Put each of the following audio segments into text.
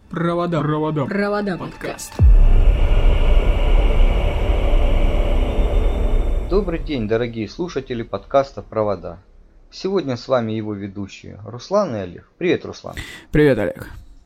Провода подкаст. Добрый день, дорогие слушатели подкаста «Провода». Сегодня с вами его ведущие Руслан и Олег. Привет, Руслан. Привет, Олег.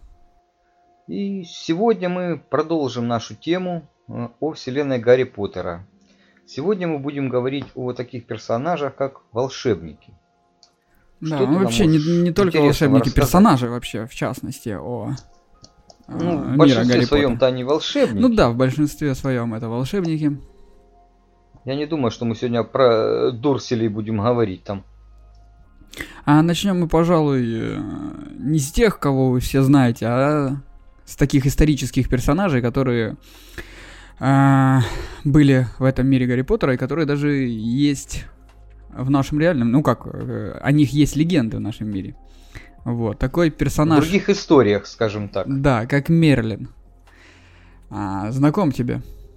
И сегодня мы продолжим нашу тему о вселенной Гарри Поттера. Сегодня мы будем говорить о таких персонажах, как волшебники. Да, ну вообще не только волшебники, персонажи вообще, в частности, о в большинстве своем-то они волшебники. Ну да, в большинстве своем это волшебники. Я не думаю, что мы сегодня про Дурселей будем говорить там. А начнем мы, пожалуй, не с тех, кого вы все знаете, а с таких исторических персонажей, которые были в этом мире Гарри Поттера и которые даже есть в нашем реальном, о них есть легенды в нашем мире. Вот, такой персонаж... В других историях, скажем так. Да, как Мерлин. Знаком тебе?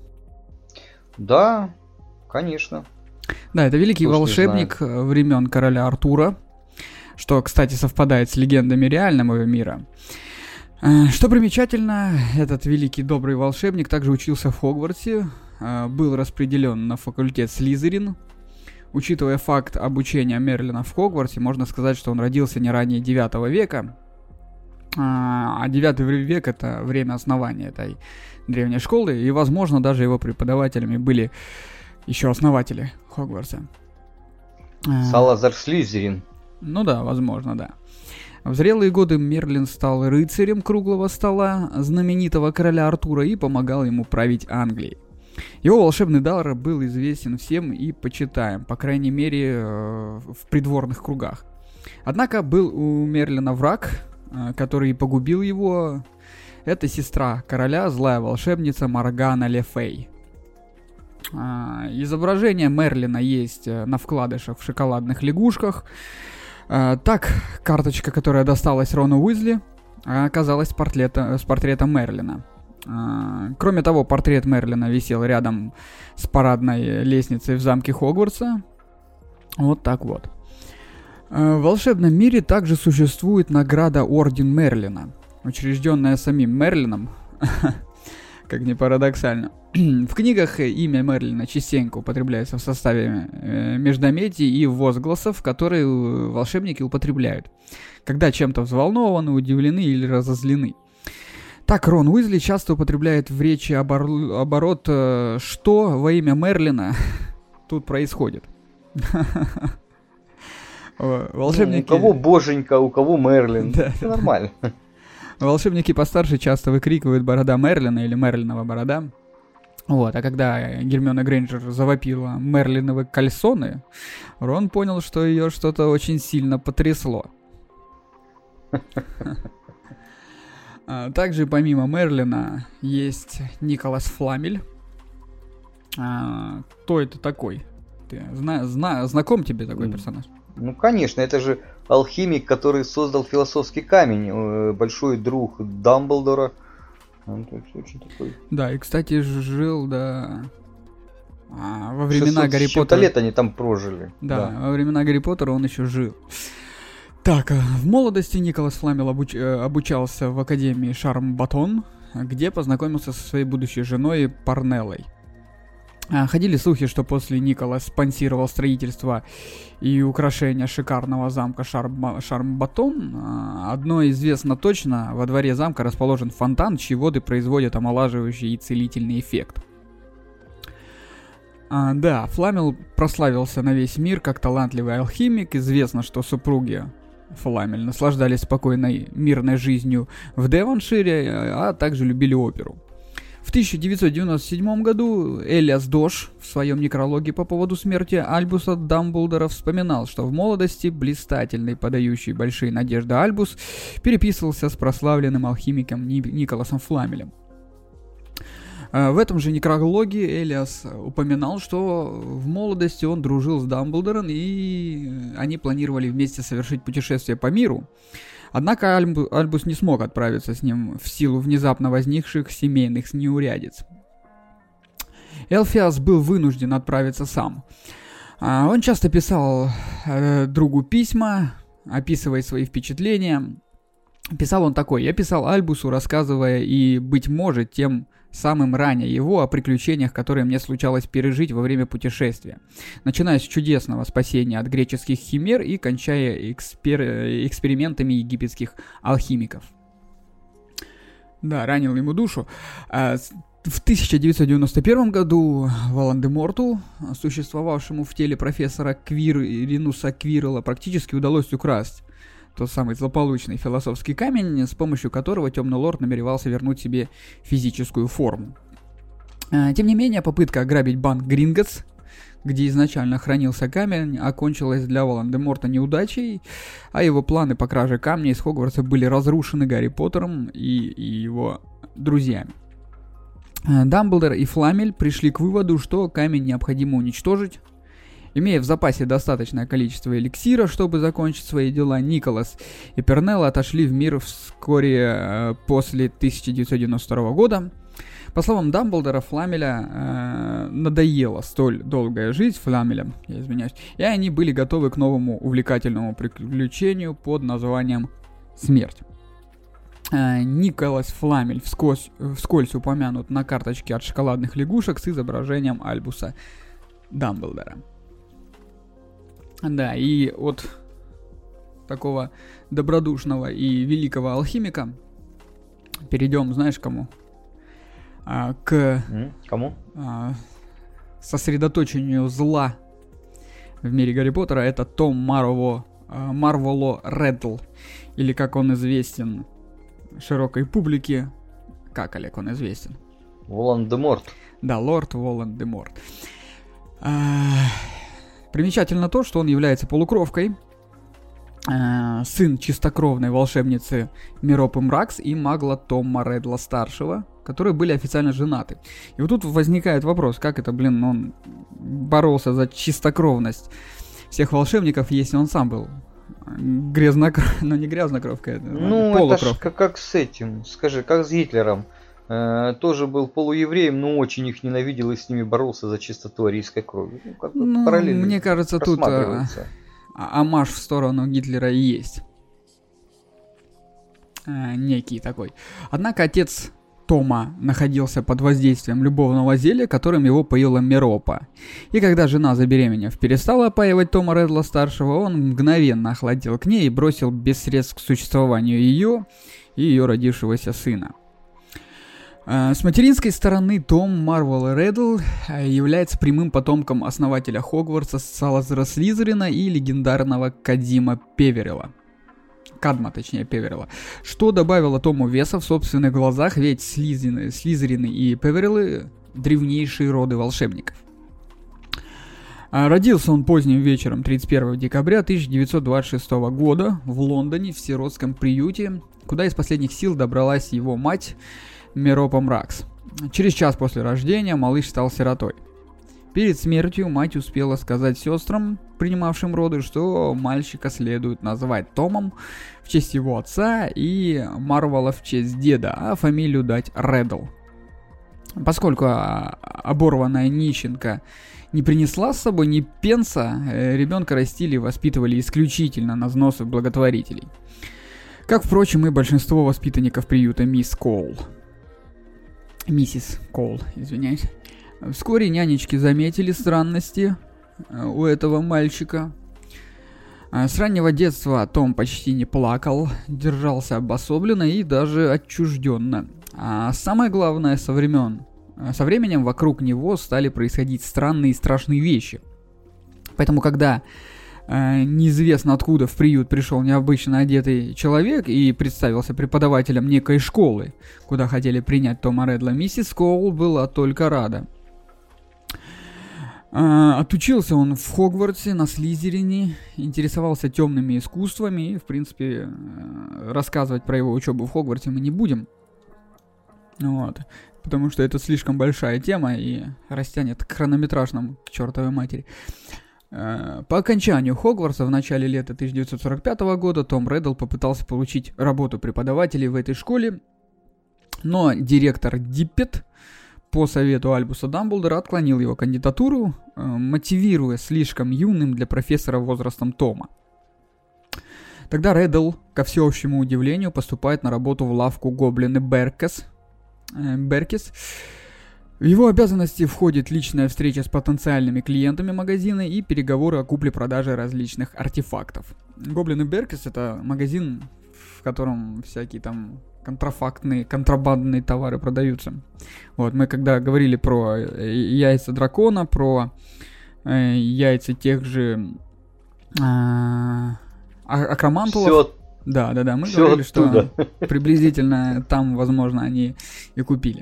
Да, конечно. Да, это великий волшебник времен короля Артура, что, кстати, совпадает с легендами реального мира. Что примечательно, этот великий добрый волшебник также учился в Хогвартсе, был распределен на факультет Слизерин. Учитывая факт обучения Мерлина в Хогвартсе, можно сказать, что он родился не ранее 9 века. А 9 век — это время основания этой древней школы, и, возможно, даже его преподавателями были еще основатели Хогвартса. Салазар Слизерин. Ну да, возможно, да. В зрелые годы Мерлин стал рыцарем круглого стола знаменитого короля Артура и помогал ему править Англией. Его волшебный дар был известен всем и почитаем, по крайней мере, в придворных кругах. Однако был у Мерлина враг, который погубил его. Это сестра короля, злая волшебница Моргана Le Fay. Изображение Мерлина есть на вкладышах в шоколадных лягушках. Так, карточка, которая досталась Рону Уизли, оказалась с портретом Мерлина. Кроме того, портрет Мерлина висел рядом с парадной лестницей в замке Хогвартса. Вот так вот. В волшебном мире также существует награда Орден Мерлина, учрежденная самим Мерлином, как ни парадоксально. В книгах имя Мерлина частенько употребляется в составе междометий и возгласов, которые волшебники употребляют, когда чем-то взволнованы, удивлены или разозлены. Так, Рон Уизли часто употребляет в речи оборот «что во имя Мерлина тут происходит». Волшебники... У кого боженька, у кого Мерлин. Да, это нормально. Волшебники постарше часто выкрикивают «борода Мерлина» или «Мерлинова борода». Вот, а когда Гермиона Грейнджер завопила «Мерлиновы кальсоны», Рон понял, что ее что-то очень сильно потрясло. Также помимо Мерлина есть Николас Фламель. Кто это такой? Ты знаком тебе такой персонаж? Ну, конечно, это же алхимик, который создал философский камень, большой друг Дамблдора. Он очень такой... Да, и, кстати, жил, да, во времена Гарри Поттера. 600 лет они там прожили. Да, во времена Гарри Поттера он еще жил. Так, в молодости Николас Фламел обучался в Академии Шарм-Батон, где познакомился со своей будущей женой Парнеллой. Ходили слухи, что после Николас спонсировал строительство и украшение шикарного замка Шарм-Батон. Одно известно точно: во дворе замка расположен фонтан, чьи воды производят омолаживающий и целительный эффект. Да, Фламел прославился на весь мир как талантливый алхимик. Известно, что супруги Фламель наслаждались спокойной, мирной жизнью в Девоншире, а также любили оперу. В 1997 году Элиас Дош в своем некрологе по поводу смерти Альбуса Дамблдора вспоминал, что в молодости блистательный, подающий большие надежды Альбус переписывался с прославленным алхимиком Николасом Фламелем. В этом же некрологе Элиас упоминал, что в молодости он дружил с Дамблдором, и они планировали вместе совершить путешествие по миру. Однако Альбус не смог отправиться с ним в силу внезапно возникших семейных неурядиц. Элфиас был вынужден отправиться сам. Он часто писал другу письма, описывая свои впечатления. Писал он такой: «Я писал Альбусу, рассказывая и, быть может, тем самым ранее его о приключениях, которые мне случалось пережить во время путешествия, начиная с чудесного спасения от греческих химер и кончая экспериментами египетских алхимиков». Да, ранил ему душу. В 1991 году Волан-де-Морту, существовавшему в теле профессора Ринуса Квирла, практически удалось украсть тот самый злополучный философский камень, с помощью которого Темный Лорд намеревался вернуть себе физическую форму. Тем не менее, попытка ограбить банк Гринготс, где изначально хранился камень, окончилась для Волан-де-Морта неудачей, а его планы по краже камня из Хогвартса были разрушены Гарри Поттером и его друзьями. Дамблдор и Фламель пришли к выводу, что камень необходимо уничтожить. Имея в запасе достаточное количество эликсира, чтобы закончить свои дела, Николас и Пернелла отошли в мир вскоре после 1992 года. По словам Дамблдора, Фламеля надоела столь долгая жизнь, Фламеля, я извиняюсь, и они были готовы к новому увлекательному приключению под названием «Смерть». Николас Фламель вскользь упомянут на карточке от шоколадных лягушек с изображением Альбуса Дамблдора. Да, и от такого добродушного и великого алхимика перейдем, знаешь, кому? Кому? Сосредоточению зла в мире Гарри Поттера. Это Том Марволо Реддл, или как он известен широкой публике. Как, Олег, он известен? Волан-де-Морт. Да, лорд Волан-де-Морт. Примечательно то, что он является полукровкой, сын чистокровной волшебницы Меропы Мракс и магла Тома Реддла-старшего, которые были официально женаты. И вот тут возникает вопрос, как это, он боролся за чистокровность всех волшебников, если он сам был не грязнокровка, полукровка. Это ж как с этим, скажи, как с Гитлером. Тоже был полуевреем, но очень их ненавидел и с ними боролся за чистоту арийской крови. Параллельно мне кажется, тут омаж в сторону Гитлера и есть. Некий такой. Однако отец Тома находился под воздействием любовного зелья, которым его поила Меропа. И когда жена, забеременев, перестала опаивать Тома Реддла-старшего, он мгновенно охладел к ней и бросил без средств к существованию ее и ее родившегося сына. С материнской стороны Том Марвол Реддл является прямым потомком основателя Хогвартса Салазара Слизерина и легендарного Кадма Певерилла, что добавило Тому веса в собственных глазах, ведь Слизерины и Певериллы – древнейшие роды волшебников. Родился он поздним вечером 31 декабря 1926 года в Лондоне в сиротском приюте, куда из последних сил добралась его мать Меропа Мракс. Через час после рождения малыш стал сиротой. Перед смертью мать успела сказать сестрам, принимавшим роды, что мальчика следует назвать Томом в честь его отца и Марвола в честь деда, а фамилию дать Реддл. Поскольку оборванная нищенка не принесла с собой ни пенса, ребенка растили и воспитывали исключительно на взносы благотворителей. Как, впрочем, и большинство воспитанников приюта миссис Коул, извиняюсь. Вскоре нянечки заметили странности у этого мальчика. С раннего детства Том почти не плакал, держался обособленно и даже отчужденно. А самое главное, со временем вокруг него стали происходить странные и страшные вещи. Поэтому, когда неизвестно откуда в приют пришел необычно одетый человек и представился преподавателем некой школы, куда хотели принять Тома Реддла, миссис Коул была только рада. Отучился он в Хогвартсе на Слизерине, интересовался темными искусствами, и, в принципе, рассказывать про его учебу в Хогвартсе мы не будем. Вот. Потому что это слишком большая тема и растянет к хронометражному, к чертовой матери. По окончанию Хогвартса в начале лета 1945 года Том Реддл попытался получить работу преподавателей в этой школе, но директор Диппет по совету Альбуса Дамблдора отклонил его кандидатуру, мотивируя слишком юным для профессора возрастом Тома. Тогда Реддл, ко всеобщему удивлению, поступает на работу в лавку гоблина Беркис. В его обязанности входит личная встреча с потенциальными клиентами магазина и переговоры о купле-продаже различных артефактов. Гоблин и Беркис — это магазин, в котором всякие там контрабандные товары продаются. Вот, мы когда говорили про яйца дракона, про яйца тех же акромантулов. Да, мы говорили, оттуда, что приблизительно там, возможно, они и купили.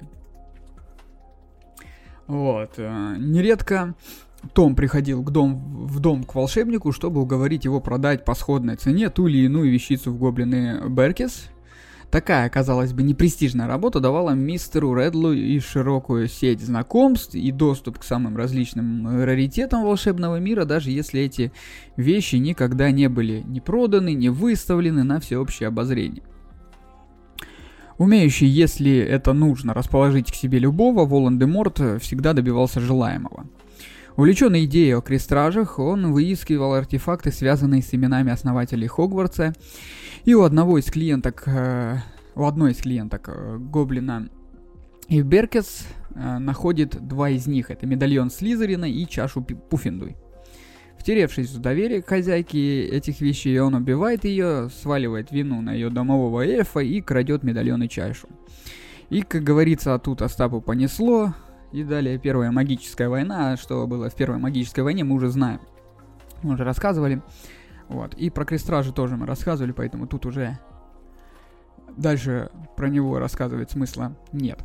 Вот. Нередко Том приходил в дом к волшебнику, чтобы уговорить его продать по сходной цене ту или иную вещицу в гоблины Беркис. Такая, казалось бы, непрестижная работа давала мистеру Редлу и широкую сеть знакомств, и доступ к самым различным раритетам волшебного мира, даже если эти вещи никогда не были ни проданы, ни выставлены на всеобщее обозрение. Умеющий, если это нужно, расположить к себе любого, Волан-де-Морт всегда добивался желаемого. Увлеченный идеей о крестражах, он выискивал артефакты, связанные с именами основателей Хогвартса, и у одной из клиенток Гоблина и Беркис находит два из них. Это медальон Слизерина и чашу Пуффендуй. Втеревшись в доверие к хозяйке этих вещей, он убивает ее, сваливает вину на ее домового эльфа и крадет медальон и чашу. И, как говорится, тут Остапу понесло. И далее Первая магическая война. Что было в Первой магической войне, мы уже знаем. Мы уже рассказывали. Вот. И про крестражи тоже мы рассказывали, поэтому тут уже дальше про него рассказывать смысла нет.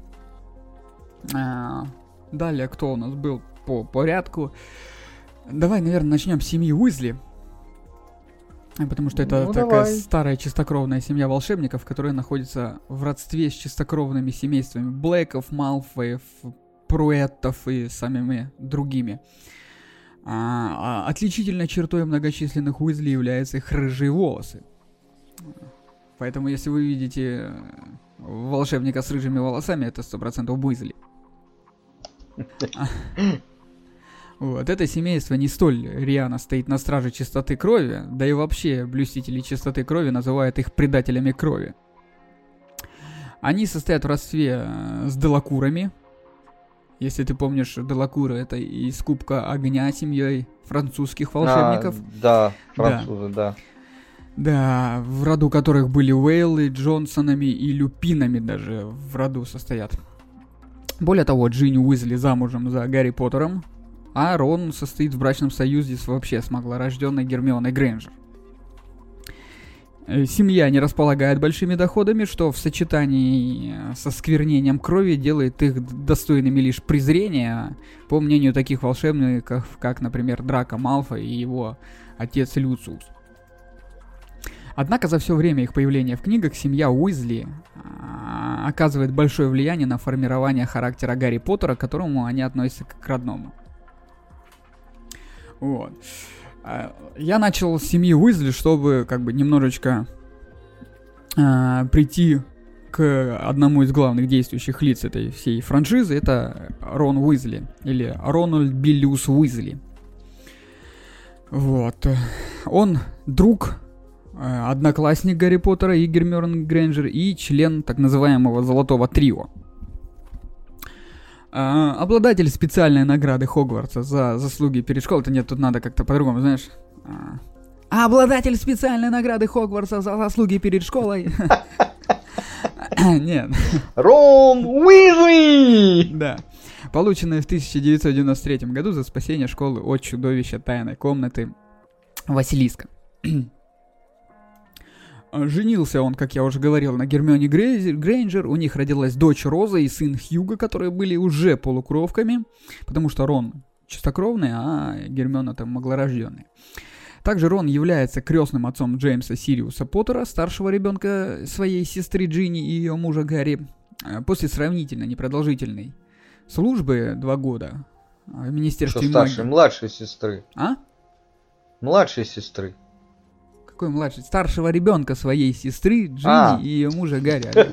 Далее, кто у нас был по порядку? Давай, наверное, начнем с семьи Уизли. Потому что это такая старая чистокровная семья волшебников, которая находится в родстве с чистокровными семействами Блэков, Малфоев, Пруэттов и самими другими. Отличительной чертой многочисленных Уизли являются их рыжие волосы. Поэтому, если вы видите волшебника с рыжими волосами, это 100% Уизли. Вот, это семейство не столь рьяно стоит на страже чистоты крови, да и вообще блюстители чистоты крови называют их предателями крови. Они состоят в родстве с Делакурами. Если ты помнишь, Делакуры — это из Кубка Огня семьей французских волшебников. Да, французы, да. Да, в роду которых были Уэйлы, Джонсонами и Люпинами даже в роду состоят. Более того, Джинни Уизли замужем за Гарри Поттером, а Рон состоит в брачном союзе с маглорожденной Гермионой Грейнджер. Семья не располагает большими доходами, что в сочетании со сквернением крови делает их достойными лишь презрения, по мнению таких волшебников, как, например, Драко Малфой и его отец Люциус. Однако за все время их появления в книгах семья Уизли оказывает большое влияние на формирование характера Гарри Поттера, к которому они относятся как к родному. Вот. Я начал с семьи Уизли, чтобы как бы немножечко прийти к одному из главных действующих лиц этой всей франшизы. Это Рон Уизли, или Рональд Биллиус Уизли. Вот. Он друг, одноклассник Гарри Поттера и Гермионы Грейнджер и член так называемого «Золотого трио». Обладатель специальной награды Хогвартса за заслуги перед школой. Это нет, тут надо как-то по-другому, знаешь. Обладатель специальной награды Хогвартса за заслуги перед школой. Нет. Рон Уизли! Да. Полученное в 1993 году за спасение школы от чудовища тайной комнаты Василиска. Женился он, как я уже говорил, на Гермионе Грейнджер. У них родилась дочь Роза и сын Хьюго, которые были уже полукровками, потому что Рон чистокровный, а Гермиона там маглорожденный. Также Рон является крестным отцом Джеймса Сириуса Поттера, старшего ребенка своей сестры Джинни и ее мужа Гарри. После сравнительно непродолжительной службы 2 года в Министерстве магии... Что старшей? Младшей сестры. А? Младшей сестры. Какой младший? Старшего ребенка своей сестры Джинни и ее мужа Гарри.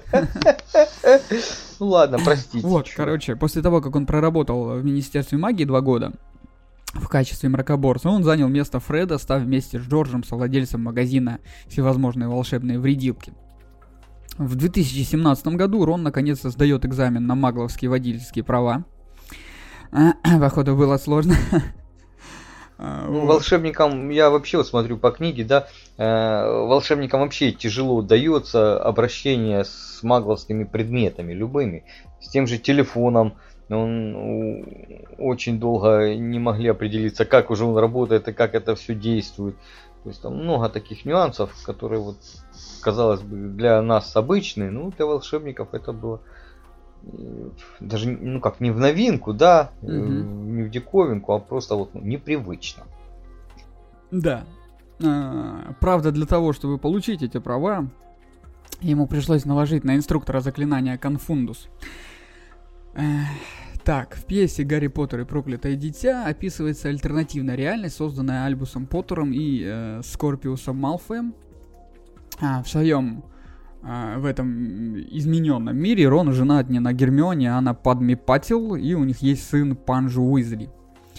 Ну ладно, простите. Вот, короче, после того, как он проработал в Министерстве магии 2 года, в качестве мракоборца. Он занял место Фреда, став вместе с Джорджем совладельцем магазина «Всевозможные волшебные вредилки». В 2017 году Рон наконец-то сдает экзамен на магловские водительские права. Походу было сложно. Волшебникам, я вообще вот смотрю по книге, да, волшебникам вообще тяжело дается обращение с магловскими предметами, любыми. С тем же телефоном, очень долго не могли определиться, как уже он работает и как это все действует. То есть там много таких нюансов, которые вот, казалось бы, для нас обычные, но для волшебников это было даже, не в новинку, да, не в диковинку, а просто вот непривычно. Да. Правда, для того, чтобы получить эти права, ему пришлось наложить на инструктора заклинание Конфундус. Так, в пьесе «Гарри Поттер и проклятое дитя» описывается альтернативная реальность, созданная Альбусом Поттером и Скорпиусом Малфоем. В этом измененном мире Рон женат не на Гермионе, а на Падме Патил, и у них есть сын Панджу Уизли.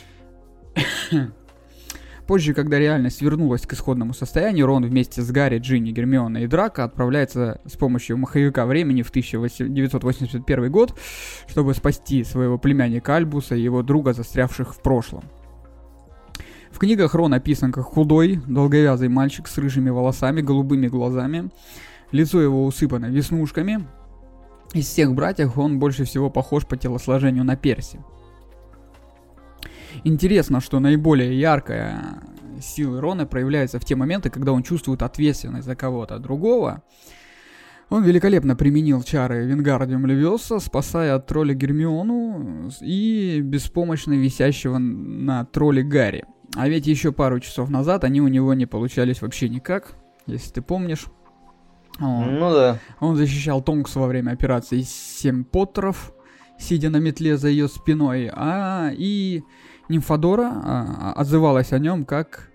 Позже, когда реальность вернулась к исходному состоянию, Рон вместе с Гарри, Джинни, Гермионой и Драко отправляется с помощью маховика времени в 1981 год, чтобы спасти своего племянника Альбуса и его друга, застрявших в прошлом. В книгах Рон описан как худой, долговязый мальчик с рыжими волосами, голубыми глазами. Лицо его усыпано веснушками. Из всех братьев он больше всего похож по телосложению на Перси. Интересно, что наиболее яркая сила Рона проявляется в те моменты, когда он чувствует ответственность за кого-то другого. Он великолепно применил чары Вингардиум Левиоса, спасая от тролля Гермиону и беспомощно висящего на тролле Гарри. А ведь еще пару часов назад они у него не получались вообще никак, если ты помнишь. Ну да. Он защищал Тонкс во время операции «Семь Поттеров», сидя на метле за ее спиной, и Нимфодора отзывалась о нем как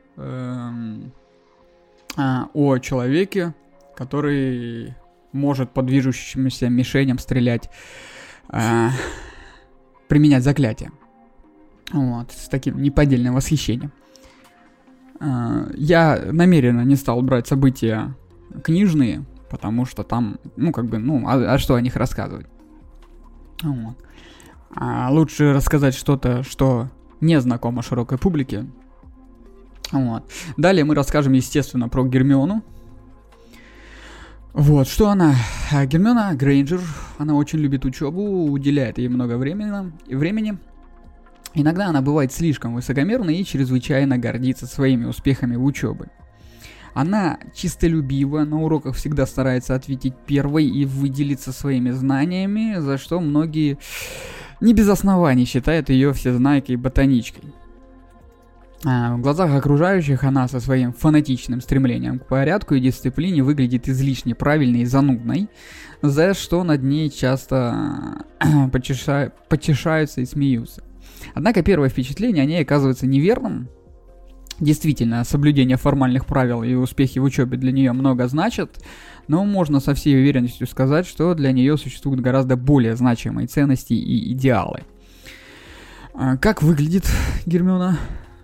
о человеке, который может по движущимся мишеням стрелять, применять заклятие. Вот, с таким неподдельным восхищением. Я намеренно не стал брать события книжные, потому что там, а что о них рассказывать? Вот. Лучше рассказать что-то, что не знакомо широкой публике. Вот. Далее мы расскажем, естественно, про Гермиону. Вот, что она? Гермиона Грейнджер, она очень любит учебу, уделяет ей много времени. Иногда она бывает слишком высокомерной и чрезвычайно гордится своими успехами в учебе. Она чистолюбива, на уроках всегда старается ответить первой и выделиться своими знаниями, за что многие не без оснований считают ее всезнайкой и ботаничкой. В глазах окружающих она со своим фанатичным стремлением к порядку и дисциплине выглядит излишне правильной и занудной, за что над ней часто потешаются и смеются. Однако первое впечатление о ней оказывается неверным. Действительно, соблюдение формальных правил и успехи в учебе для нее много значат, но можно со всей уверенностью сказать, что для нее существуют гораздо более значимые ценности и идеалы. Как выглядит Гермиона?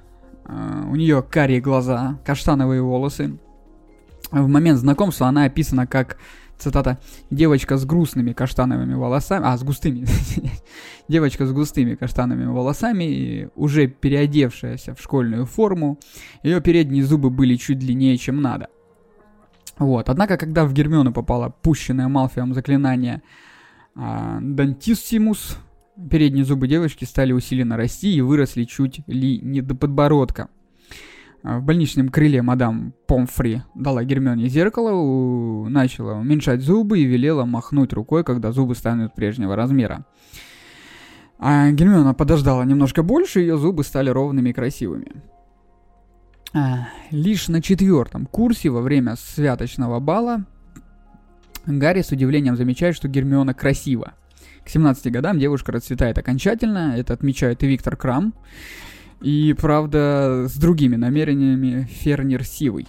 У нее карие глаза, каштановые волосы. В момент знакомства она описана как, цитата, девочка с грустными каштановыми волосами, с густыми, девочка с густыми каштановыми волосами, уже переодевшаяся в школьную форму, ее передние зубы были чуть длиннее, чем надо. Вот, однако, когда в Гермиону попало пущенное Малфоем заклинание Дантиссимус, передние зубы девочки стали усиленно расти и выросли чуть ли не до подбородка. В больничном крыле мадам Помфри дала Гермионе зеркало, начала уменьшать зубы и велела махнуть рукой, когда зубы станут прежнего размера. А Гермиона подождала немножко больше, и ее зубы стали ровными и красивыми. Лишь на 4-м курсе во время святочного бала Гарри с удивлением замечает, что Гермиона красива. К 17 годам девушка расцветает окончательно, это отмечает и Виктор Крам. И, правда, с другими намерениями Фернер Сивый.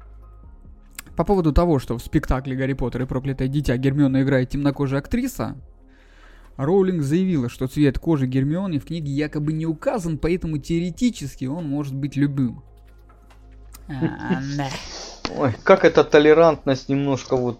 По поводу того, что в спектакле «Гарри Поттер и проклятое дитя» Гермиону играет темнокожая актриса, Роулинг заявила, что цвет кожи Гермионы в книге якобы не указан, поэтому теоретически он может быть любым. Ой, как эта толерантность немножко вот...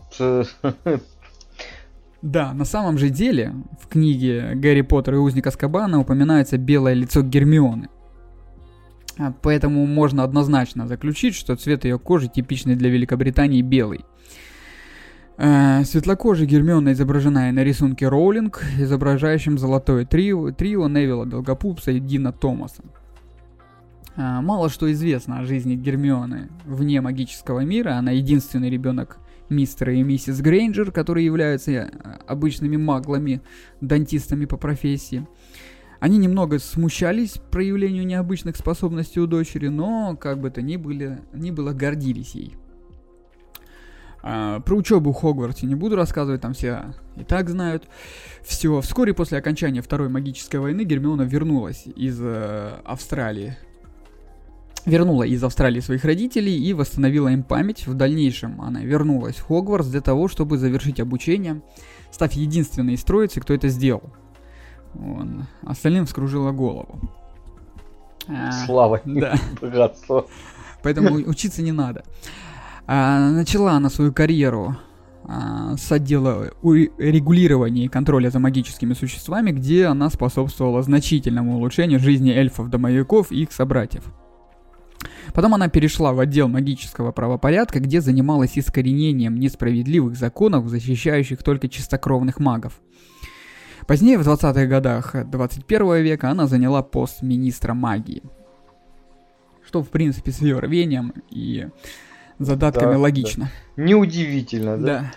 Да, на самом же деле в книге «Гарри Поттер и узник Азкабана» упоминается белое лицо Гермионы. Поэтому можно однозначно заключить, что цвет ее кожи типичный для Великобритании белый. Светлокожая Гермиона изображена и на рисунке Роулинг, изображающем золотое трио Невилла Долгопупса и Дина Томаса. Мало что известно о жизни Гермионы вне магического мира. Она единственный ребенок мистера и миссис Грейнджер, которые являются обычными маглами, дантистами по профессии. Они немного смущались проявлению необычных способностей у дочери, но, как бы то ни было, гордились ей. Про учебу в Хогвартсе не буду рассказывать, там все и так знают. Все. Вскоре после окончания Второй магической войны Гермиона вернула из Австралии своих родителей и восстановила им память. В дальнейшем она вернулась в Хогвартс для того, чтобы завершить обучение, став единственной из троицы, кто это сделал. Остальным вскружила голову. Слава, да. Богатство. Поэтому учиться не надо. Начала она свою карьеру с отдела регулирования и контроля за магическими существами, где она способствовала значительному улучшению жизни эльфов-домовиков и их собратьев. Потом она перешла в отдел магического правопорядка, где занималась искоренением несправедливых законов, защищающих только чистокровных магов. Позднее, в 20-х годах 21 века, она заняла пост министра магии. Что, в принципе, с ее рвением и задатками логично. Да. Неудивительно, да?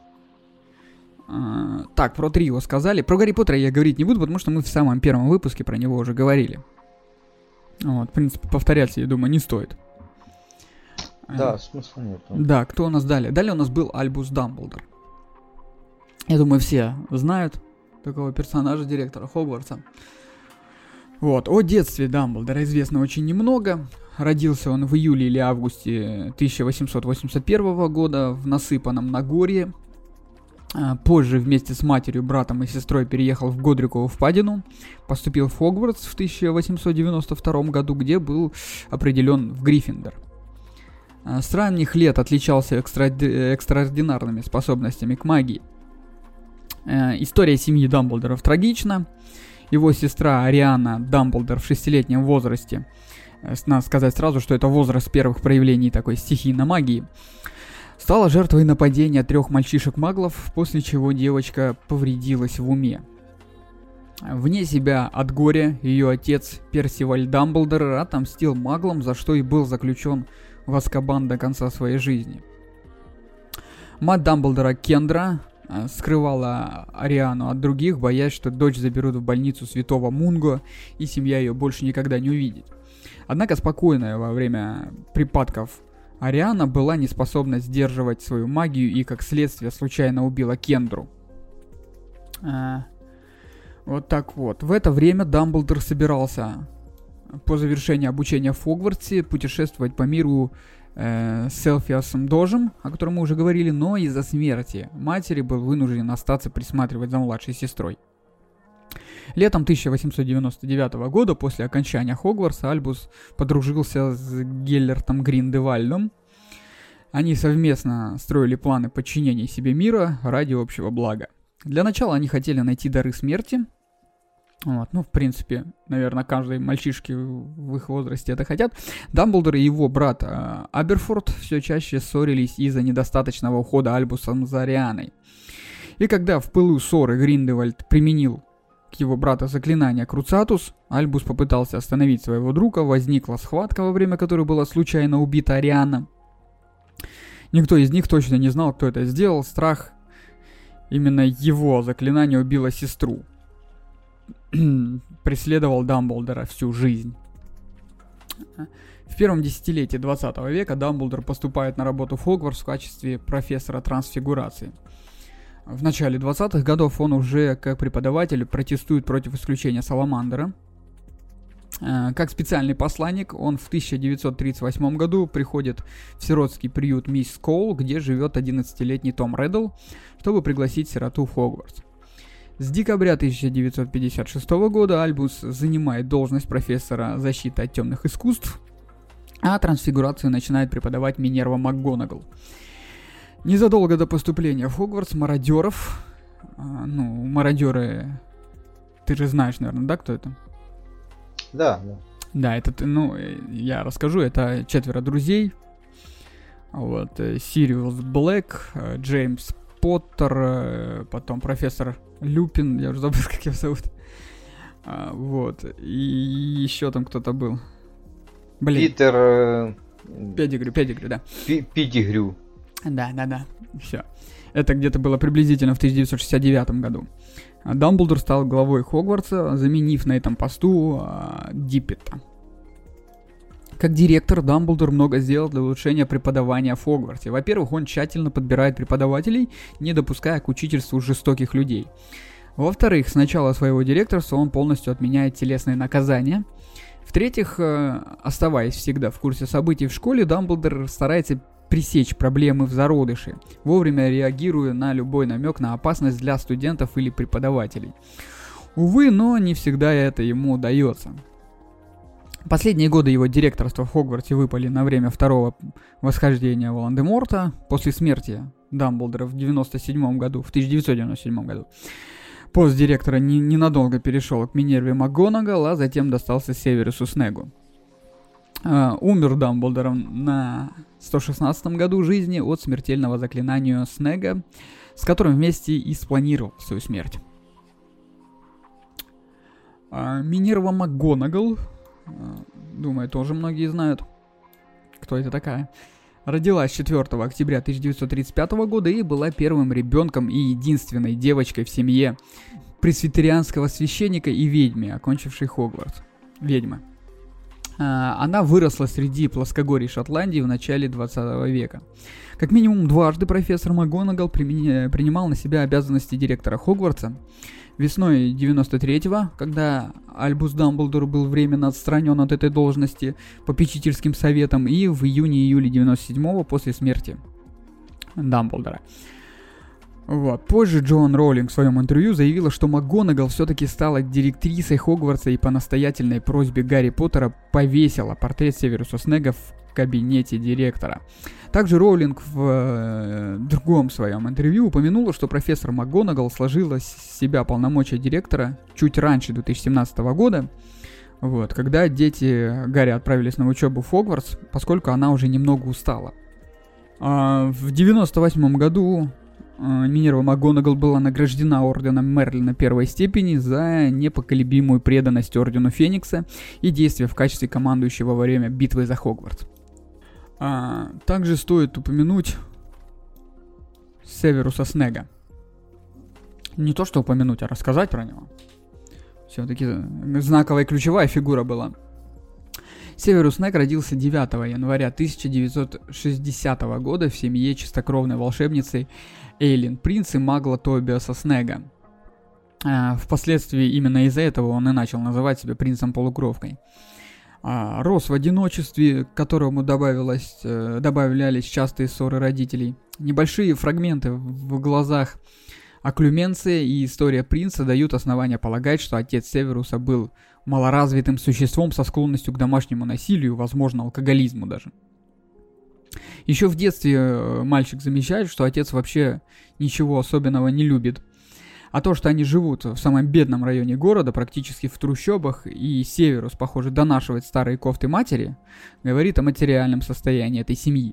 Да. Так, про трио сказали. Про Гарри Поттера я говорить не буду, потому что мы в самом первом выпуске про него уже говорили. В принципе, повторяться, я думаю, не стоит. Да, смысла нет. Да, кто у нас далее? Далее у нас был Альбус Дамблдор. Я думаю, все знают такого персонажа, директора Хогвартса. О детстве Дамблдора известно очень немного. Родился он в июле или августе 1881 года в насыпанном Нагорье. Позже вместе с матерью, братом и сестрой переехал в Годрикову впадину. Поступил в Хогвартс в 1892 году, где был определен в Гриффиндор. С ранних лет отличался экстраординарными способностями к магии. История семьи Дамблдоров трагична. Его сестра Ариана Дамблдор в 6-летнем возрасте, надо сказать сразу, что это возраст первых проявлений такой стихийной магии, стала жертвой нападения 3 мальчишек-маглов, после чего девочка повредилась в уме. Вне себя от горя ее отец Персиваль Дамблдор отомстил маглам, за что и был заключен в Азкабан до конца своей жизни. Мать Дамблдора Кендра скрывала Ариану от других, боясь, что дочь заберут в больницу святого Мунго, и семья ее больше никогда не увидит. Однако спокойная во время припадков Ариана была не способна сдерживать свою магию и, как следствие, случайно убила Кендру. Вот так вот. В это время Дамблдор собирался по завершении обучения в Хогвартсе путешествовать по миру с Элфиасом Дожем, о котором мы уже говорили, но из-за смерти матери был вынужден остаться присматривать за младшей сестрой. Летом 1899 года, после окончания Хогвартса, Альбус подружился с Геллертом Гриндевальдом. Они совместно строили планы подчинения себе мира ради общего блага. Для начала они хотели найти дары смерти. В принципе, наверное, каждый мальчишки в их возрасте это хотят. Дамблдор и его брат Аберфорд все чаще ссорились из-за недостаточного ухода Альбусом за Арианой. И когда в пылу ссоры Гриндевальд применил к его брата заклинание Круцатус, Альбус попытался остановить своего друга, возникла схватка, во время которой была случайно убита Ариана. Никто из них точно не знал, кто это сделал. Страх, именно его заклинание убило сестру. Преследовал Дамблдора всю жизнь. В первом десятилетии 20 века Дамблдор поступает на работу в Хогвартс в качестве профессора трансфигурации. В начале 20-х годов он уже как преподаватель протестует против исключения Саламандера. Как специальный посланник он в 1938 году приходит в сиротский приют Мисс Коул, где живет 11-летний Том Реддл, чтобы пригласить сироту в Хогвартс. С декабря 1956 года Альбус занимает должность профессора защиты от темных искусств, а трансфигурацию начинает преподавать Минерва МакГонагал. Незадолго до поступления в Хогвартс мародеров, мародеры, ты же знаешь, наверное, да, кто это? Да. Да, это, я расскажу, это 4 друзей. Вот, Сириус Блэк, Джеймс Поттер, потом профессор Люпин, я уже забыл, как его зовут. Вот, и еще там кто-то был. Питер... Петтигрю, да. Петтигрю. Да, все. Это где-то было приблизительно в 1969 году. Дамблдор стал главой Хогвартса, заменив на этом посту Диппета. Как директор, Дамблдор много сделал для улучшения преподавания в Хогвартсе. Во-первых, он тщательно подбирает преподавателей, не допуская к учительству жестоких людей. Во-вторых, с начала своего директорства он полностью отменяет телесные наказания. В-третьих, оставаясь всегда в курсе событий в школе, Дамблдор старается пресечь проблемы в зародыше, вовремя реагируя на любой намек на опасность для студентов или преподавателей. Увы, но не всегда это ему удается. Последние годы его директорства в Хогвартсе выпали на время второго восхождения Волан-де-Морта. После смерти Дамблдора в 1997 году пост директора ненадолго перешел к Минерве МакГонагал, а затем достался Северусу Снегу. Умер Дамблдор на 116 году жизни от смертельного заклинания Снега, с которым вместе и спланировал свою смерть. Минерва МакГонагал, думаю, тоже многие знают, кто это такая, родилась 4 октября 1935 года и была первым ребенком и единственной девочкой в семье пресвитерианского священника и ведьмы, окончившей Хогвартс. Ведьма. Она выросла среди плоскогорий Шотландии в начале 20 века. Как минимум дважды профессор МакГонагал принимал на себя обязанности директора Хогвартса. Весной 93-го, когда Альбус Дамблдор был временно отстранен от этой должности попечительским советом, и в июне-июле 97-го после смерти Дамблдора. Вот. Позже Джоан Роулинг в своем интервью заявила, что МакГонагал все-таки стала директрисой Хогвартса и по настоятельной просьбе Гарри Поттера повесила портрет Северуса Снега в кабинете директора. Также Роулинг в другом своем интервью упомянула, что профессор МакГонагал сложила с себя полномочия директора чуть раньше 2017 года, вот, когда дети Гарри отправились на учебу в Хогвартс, поскольку она уже немного устала. В 98 году Минерва МакГонагал была награждена орденом Мерлина первой степени за непоколебимую преданность ордену Феникса и действия в качестве командующего во время битвы за Хогвартс. Также стоит упомянуть Северуса Снега. Не то что упомянуть, а рассказать про него. Все-таки знаковая ключевая фигура была. Северус Снег родился 9 января 1960 года в семье чистокровной волшебницы Эйлин Принц и магла Тобиаса Снега. Впоследствии именно из-за этого он и начал называть себя принцем-полукровкой. Рос в одиночестве, к которому добавлялись частые ссоры родителей. Небольшие фрагменты в глазах Оклюменция и история принца дают основания полагать, что отец Северуса был малоразвитым существом со склонностью к домашнему насилию, возможно, алкоголизму даже. Еще в детстве мальчик замечает, что отец вообще ничего особенного не любит. А то, что они живут в самом бедном районе города, практически в трущобах, и Северус, похоже, донашивает старые кофты матери, говорит о материальном состоянии этой семьи.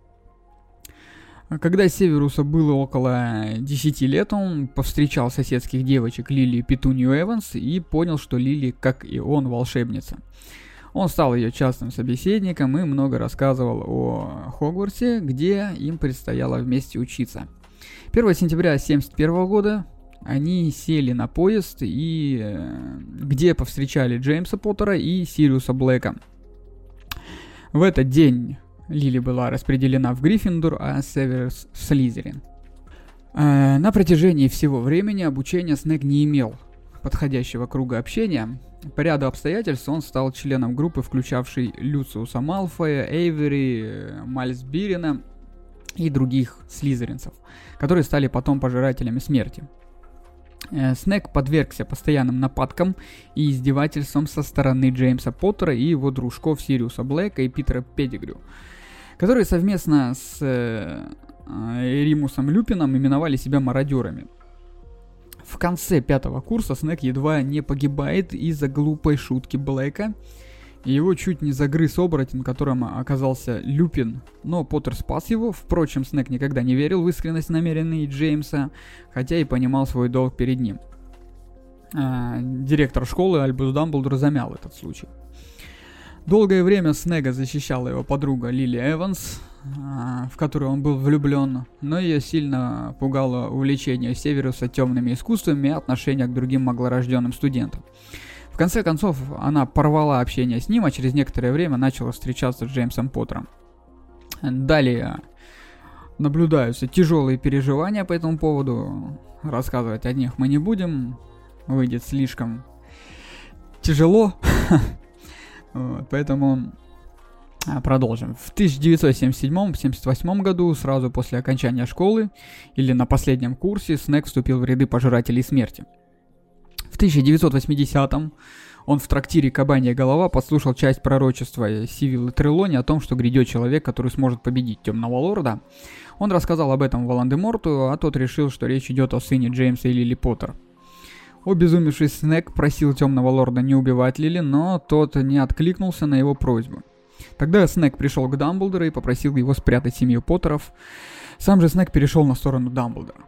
Когда Северуса было около 10 лет, он повстречал соседских девочек Лили и Петунью Эванс и понял, что Лили, как и он, волшебница. Он стал ее частым собеседником и много рассказывал о Хогвартсе, где им предстояло вместе учиться. 1 сентября 1971 года они сели на поезд, где повстречали Джеймса Поттера и Сириуса Блэка. В этот день Лили была распределена в Гриффиндор, а Северус в Слизерин. На протяжении всего времени обучения Снег не имел подходящего круга общения. По ряду обстоятельств он стал членом группы, включавшей Люциуса Малфоя, Эйвери, Мальсбирина и других слизеринцев, которые стали потом пожирателями смерти. Снег подвергся постоянным нападкам и издевательствам со стороны Джеймса Поттера и его дружков Сириуса Блэка и Питера Петтигрю, которые совместно с Римусом Люпином именовали себя мародерами. В конце 5-го курса Снег едва не погибает из-за глупой шутки Блэка. Его чуть не загрыз оборотень, которым оказался Люпин, но Поттер спас его. Впрочем, Снег никогда не верил в искренность намерений Джеймса, хотя и понимал свой долг перед ним. Директор школы Альбус Дамблдор замял этот случай. Долгое время Снега защищала его подруга Лили Эванс, в которую он был влюблен, но ее сильно пугало увлечение Северуса темными искусствами и отношение к другим маглорожденным студентам. В конце концов, она порвала общение с ним, а через некоторое время начала встречаться с Джеймсом Поттером. Далее наблюдаются тяжелые переживания по этому поводу. Рассказывать о них мы не будем, выйдет слишком тяжело. Поэтому продолжим. В 1977-78 году, сразу после окончания школы, или на последнем курсе, Снег вступил в ряды пожирателей смерти. В 1980-м он в трактире «Кабанья голова» подслушал часть пророчества Сивиллы Трелони о том, что грядет человек, который сможет победить Темного Лорда. Он рассказал об этом Волан-де-Морту, а тот решил, что речь идет о сыне Джеймса и Лили Поттер. Обезумевший Снег просил Темного Лорда не убивать Лили, но тот не откликнулся на его просьбу. Тогда Снег пришел к Дамблдору и попросил его спрятать семью Поттеров. Сам же Снег перешел на сторону Дамблдора.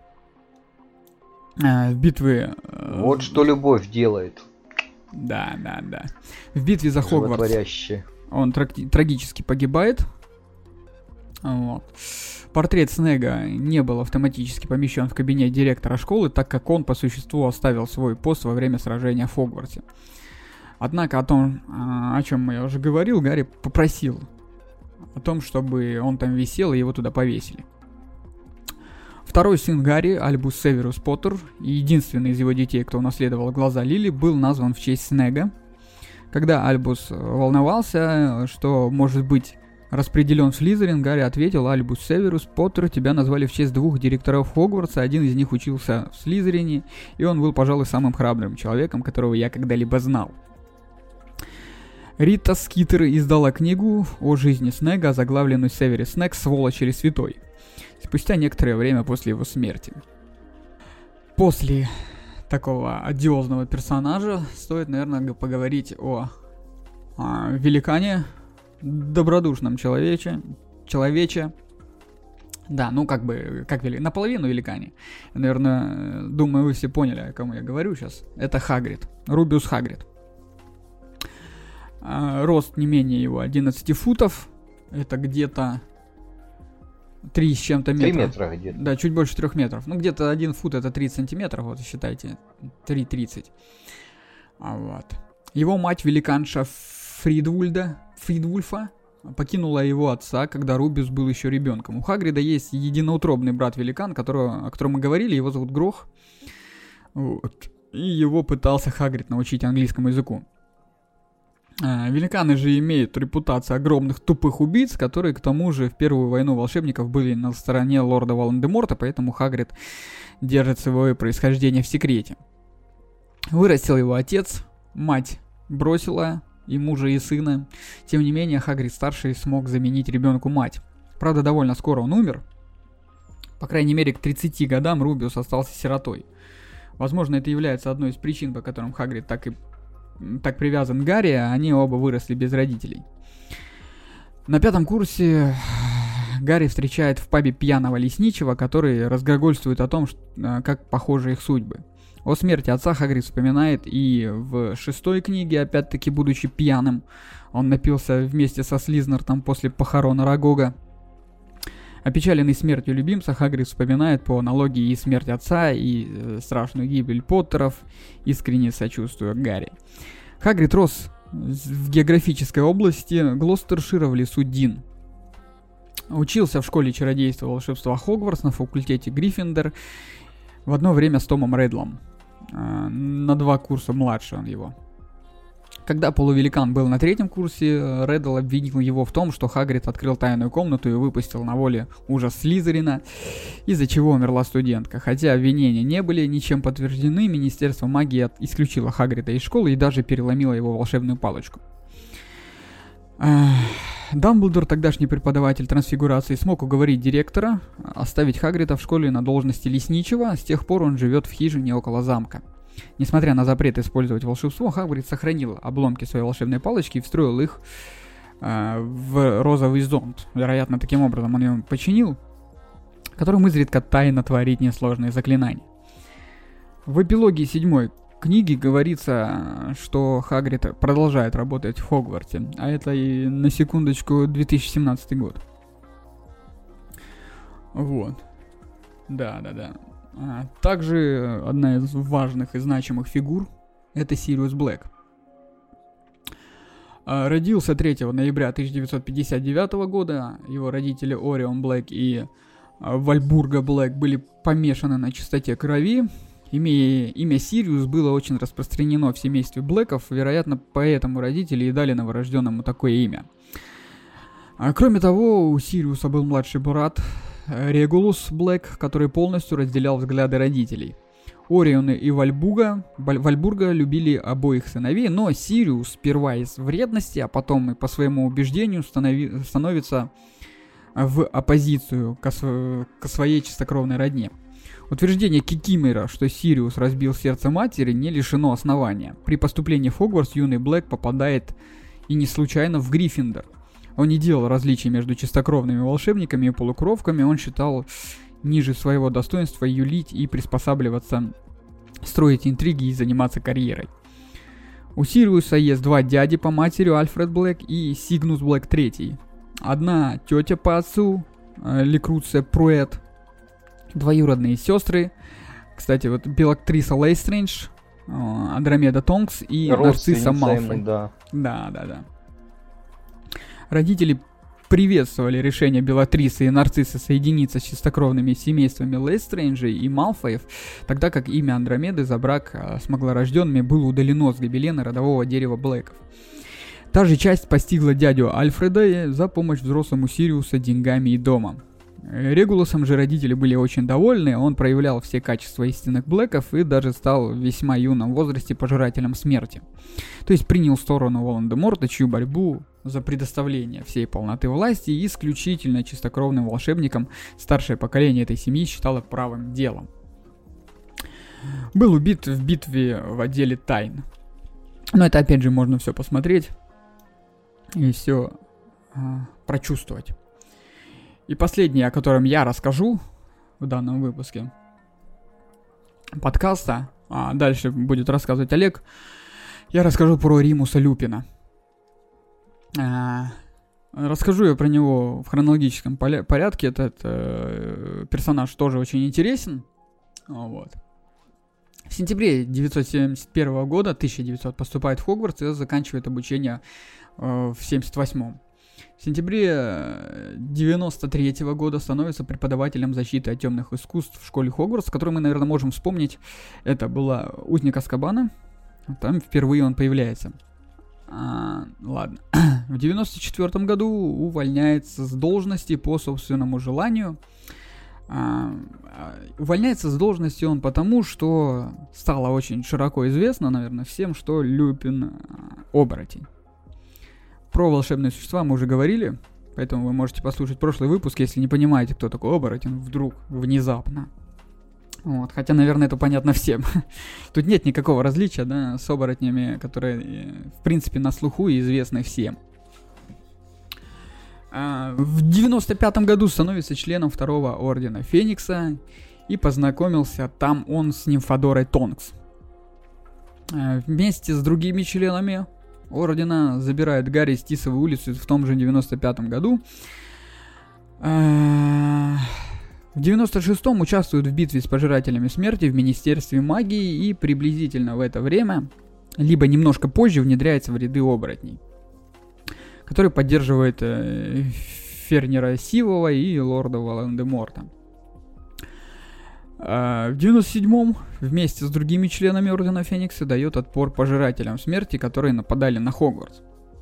В битве... Вот что любовь делает. Да. В битве за Хогвартс он трагически погибает. Вот. Портрет Снега не был автоматически помещен в кабинет директора школы, так как он по существу оставил свой пост во время сражения в Хогвартсе. Однако о том, о чем я уже говорил, Гарри попросил о том, чтобы он там висел и его туда повесили. Второй сын Гарри, Альбус Северус Поттер, единственный из его детей, кто унаследовал глаза Лили, был назван в честь Снега. Когда Альбус волновался, что может быть распределен в Слизерин, Гарри ответил: Альбус Северус Поттер, тебя назвали в честь 2 директоров Хогвартса, один из них учился в Слизерине, и он был, пожалуй, самым храбрым человеком, которого я когда-либо знал. Рита Скитер издала книгу о жизни Снега, озаглавленную «Северус Снег, сволочь или святой», спустя некоторое время после его смерти. После такого одиозного персонажа стоит, наверное, поговорить о великане, добродушном человече. Да, ну как наполовину великане. Наверное, думаю, вы все поняли, о ком я говорю сейчас. Это Хагрид, Рубиус Хагрид. Рост не менее его 11 футов. Это где-то 3 с чем-то метра. 3 метра где-то. Да, чуть больше 3 метров. Ну, где-то 1 фут это 30 сантиметров, вот считайте. 3,30. Вот. Его мать, великанша Фридвульфа, покинула его отца, когда Рубиус был еще ребенком. У Хагрида есть единоутробный брат-великан, о котором мы говорили, его зовут Грох. Вот. И его пытался Хагрид научить английскому языку. Великаны же имеют репутацию огромных тупых убийц, которые, к тому же, в Первую войну волшебников были на стороне лорда Волан-де-Морта, поэтому Хагрид держит свое происхождение в секрете. Вырастил его отец, мать бросила и мужа, и сына. Тем не менее, Хагрид-старший смог заменить ребенку мать. Правда, довольно скоро он умер. По крайней мере, к 30 годам Рубиус остался сиротой. Возможно, это является одной из причин, по которым Хагрид так привязан к Гарри, а они оба выросли без родителей. На 5-м курсе Гарри встречает в пабе пьяного лесничего, который разглагольствует о том, как похожи их судьбы. О смерти отца Хагрид вспоминает и в 6-й книге, опять-таки будучи пьяным. Он напился вместе со Слизнартом после похорон Арагога. Опечаленный смертью любимца, Хагрид вспоминает по аналогии и смерть отца, и страшную гибель Поттеров, искренне сочувствуя Гарри. Хагрид рос в географической области Глостершира в лесу Дин. Учился в школе чародейства и волшебства Хогвартс на факультете Гриффиндор в одно время с Томом Реддлом. На 2 курса младше он его. Когда полувеликан был на 3-м курсе, Реддл обвинил его в том, что Хагрид открыл тайную комнату и выпустил на воле ужас Слизерина, из-за чего умерла студентка. Хотя обвинения не были ничем подтверждены, Министерство магии исключило Хагрида из школы и даже переломило его волшебную палочку. Дамблдор, тогдашний преподаватель трансфигурации, смог уговорить директора оставить Хагрида в школе на должности лесничего, а с тех пор он живет в хижине около замка. Несмотря на запрет использовать волшебство, Хагрид сохранил обломки своей волшебной палочки и встроил их в розовый зонт. Вероятно, таким образом он ее починил, которым изредка тайно творит несложные заклинания. В эпилоге 7-й книги говорится, что Хагрид продолжает работать в Хогвартсе, а это и на секундочку 2017 год. Вот. Да. Также одна из важных и значимых фигур — это Сириус Блэк. Родился 3 ноября 1959 года. Его родители Орион Блэк и Вальбурга Блэк были помешаны на чистоте крови. Имя Сириус было очень распространено в семействе Блэков, вероятно, поэтому родители и дали новорожденному такое имя. Кроме того, у Сириуса был младший брат Регулус Блэк, который полностью разделял взгляды родителей. Орион и Вальбурга любили обоих сыновей, но Сириус сперва из вредности, а потом и по своему убеждению становится в оппозицию к своей чистокровной родне. Утверждение Кикимора, что Сириус разбил сердце матери, не лишено основания. При поступлении в Хогвартс юный Блэк попадает и не случайно в Гриффиндор. Он не делал различий между чистокровными волшебниками и полукровками, он считал ниже своего достоинства юлить и приспосабливаться, строить интриги и заниматься карьерой. У Сириуса есть 2 дяди по матери, Альфред Блэк и Сигнус Блэк III. Одна тетя по отцу, Лекруция Пруэт, двоюродные сестры, кстати, вот Белактриса Лейстрендж, Андромеда Тонкс и Нарцисса Малфой. Да. Родители приветствовали решение Белатрисы и Нарциссы соединиться с чистокровными семействами Лейстренджей и Малфоев, тогда как имя Андромеды за брак с маглорожденными было удалено с гобелена родового дерева Блэков. Та же часть постигла дядю Альфреда за помощь взрослому Сириуса деньгами и домом. Регулусом же родители были очень довольны, он проявлял все качества истинных Блэков и даже стал в весьма юном возрасте пожирателем смерти. То есть принял сторону Волан-де-Морта, чью борьбу за предоставление всей полноты власти и исключительно чистокровным волшебником старшее поколение этой семьи считало правым делом. Был убит в битве в отделе тайн. Но это опять же можно все посмотреть и все прочувствовать. И последнее, о котором я расскажу в данном выпуске подкаста, а дальше будет рассказывать Олег, я расскажу про Римуса Люпина. Расскажу я про него в хронологическом порядке. Этот персонаж тоже очень интересен. Вот. В сентябре 1971 года, 1900, поступает в Хогвартс и заканчивает обучение в 1978. В сентябре 1993 года становится преподавателем защиты от темных искусств в школе Хогвартс, которую мы, наверное, можем вспомнить. Это была «Узник Азкабана». Там впервые он появляется. Ладно. В 1994 году увольняется с должности по собственному желанию. Увольняется с должности он потому, что стало очень широко известно, наверное, всем, что Люпин оборотень. Про волшебные существа мы уже говорили, поэтому вы можете послушать прошлый выпуск, если не понимаете, кто такой оборотень, вдруг, внезапно. Вот, хотя, наверное, это понятно всем. Тут нет никакого различия, да, с оборотнями, которые, в принципе, на слуху и известны всем. В 95-м году становится членом второго ордена Феникса и познакомился там он с Нимфодорой Тонкс. Вместе с другими членами ордена забирает Гарри с Тисовой улицы в том же 95-м году. В 96-м участвует в битве с пожирателями смерти в Министерстве магии и приблизительно в это время, либо немножко позже, внедряется в ряды оборотней, который поддерживает Фернера Сивого и лорда Волан-де-Морта. В 97-м вместе с другими членами Ордена Феникса дает отпор пожирателям смерти, которые нападали на Хогвартс.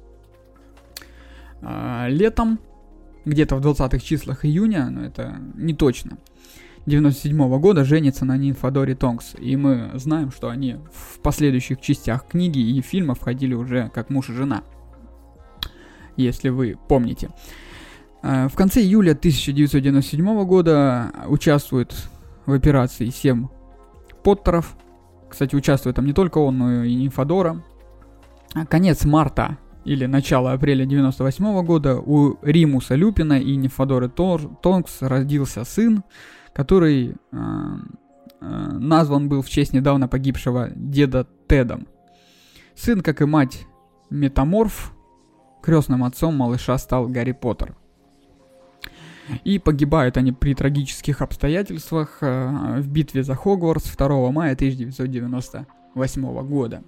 Летом, где-то в 20-х числах июня, но это не точно, 97-го года женится на Нимфодоре Тонкс, и мы знаем, что они в последующих частях книги и фильма входили уже как муж и жена, если вы помните. В конце июля 1997 года участвует в операции 7 Поттеров. Кстати, участвует там не только он, но и Нимфодора. Конец марта или начало апреля 98 года у Римуса Люпина и Нимфодоры Тонкс родился сын, который назван был в честь недавно погибшего деда Тедом. Сын, как и мать, метаморф. Крестным отцом малыша стал Гарри Поттер. И погибают они при трагических обстоятельствах в битве за Хогвартс 2 мая 1998 года.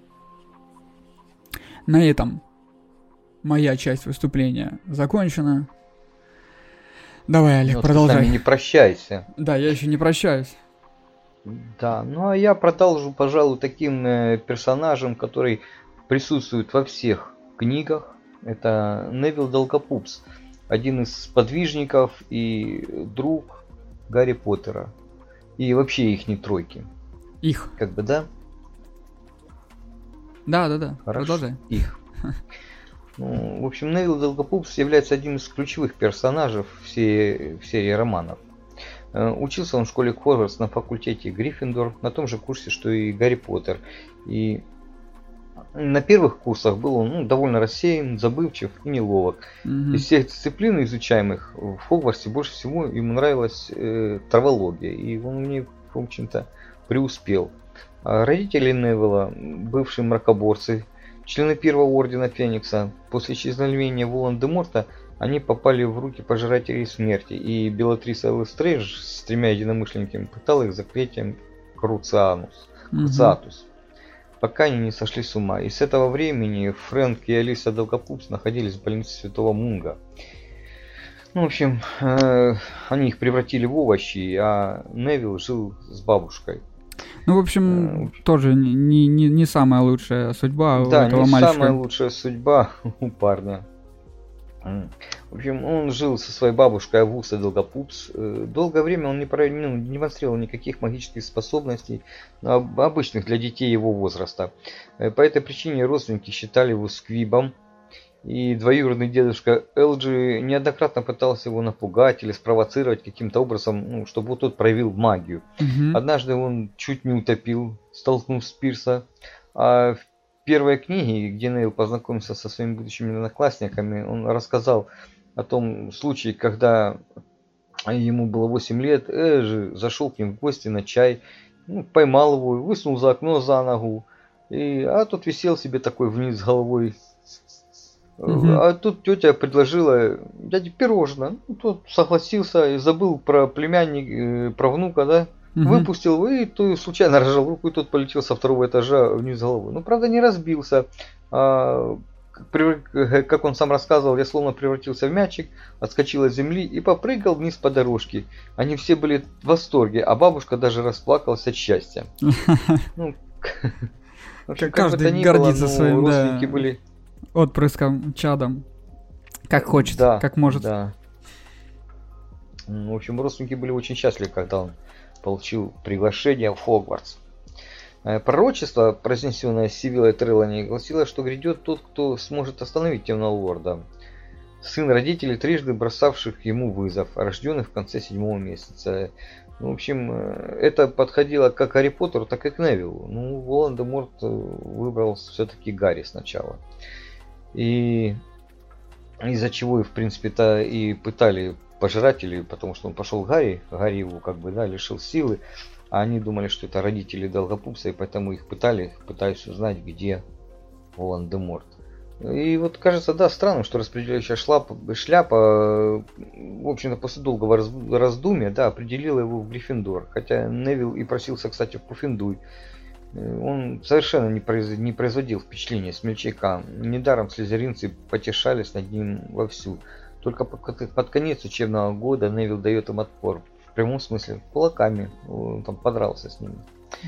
На этом моя часть выступления закончена. Давай, Олег, продолжай. Ты с нами не прощайся. Да, я еще не прощаюсь. Да, ну а я продолжу, пожалуй, таким персонажем, который присутствует во всех книгах. Это Невилл Долгопупс. Один из сподвижников и друг Гарри Поттера. И вообще их не тройки. Их. Как бы, да? Да. Хорошо. Продолжай. Их. Ну, в общем, Невилл Долгопупс является одним из ключевых персонажей в серии романов. Учился он в школе Хогвартс на факультете Гриффиндор, на том же курсе, что и Гарри Поттер. И на первых курсах был он довольно рассеян, забывчив и неловок. Из всех дисциплин, изучаемых в Хогвартсе, больше всего ему нравилась травология, и он в ней, в общем-то, преуспел. А родители Невилла, бывшие мракоборцы, члены Первого Ордена Феникса, после исчезновения Волан-де-Морта, они попали в руки пожирателей смерти, и Белатриса Лестрейдж с 3 единомышленниками пытала их заклятием Круциатус, пока они не сошли с ума. И с этого времени Фрэнк и Алиса Долгопупс находились в больнице Святого Мунга. Ну, в общем, они их превратили в овощи, а Невилл жил с бабушкой. Ну, в общем, тоже не самая лучшая судьба у этого мальчика. Да, не самая лучшая судьба у парня. В общем, он жил со своей бабушкой Августой Долгопупс. Долгое время он не демонстрировал никаких магических способностей, обычных для детей его возраста. По этой причине родственники считали его сквибом. И двоюродный дедушка Элджи неоднократно пытался его напугать или спровоцировать каким-то образом, чтобы вот тот проявил магию. Однажды он чуть не утопил, столкнув Пирса. А в первой книге, где Невилл познакомился со своими будущими одноклассниками, он рассказал о том случае, когда ему было 8 лет, Элджи зашел к ним в гости на чай, поймал его, высунул за окно за ногу, а тот висел себе такой вниз головой. А тут тетя предложила дяде пирожное. Тот согласился и забыл про племянника, про внука, да? Выпустил его и то случайно разжал руку, и тот полетел со 2-го этажа вниз головой. Ну, правда, не разбился. Как он сам рассказывал, я словно превратился в мячик, отскочил от земли и попрыгал вниз по дорожке. Они все были в восторге, а бабушка даже расплакалась от счастья. Каждый гордится своим, да, отпрыском, чадом, как хочет, да, как может. Да. В общем, родственники были очень счастливы, когда он получил приглашение в Хогвартс. Пророчество, произнесенное Сивиллой Трелани, гласило, что грядет тот, кто сможет остановить Темного Лорда. Сын родителей, трижды бросавших ему вызов, рожденный в конце 7-го месяца. В общем, это подходило как Гарри Поттеру, так и к Невиллу. Волан-де-Морт выбрал все-таки Гарри сначала. И из-за чего, в принципе-то, и пытали пожиратели, потому что он пошел Гарри его лишил силы, а они думали, что это родители Долгопупса, и поэтому их пытаясь узнать, где Волан-де-Морт. И вот кажется, да, странным, что распределяющая шляпа, в общем-то, после долгого раздумья, да, определила его в Гриффиндор, хотя Невилл и просился, кстати, в Пуффендуй. Он совершенно не производил впечатления смельчака. Недаром слизеринцы потешались над ним вовсю. Только под конец учебного года Невилл дает им отпор. в прямом смысле, кулаками. Он там подрался с ними.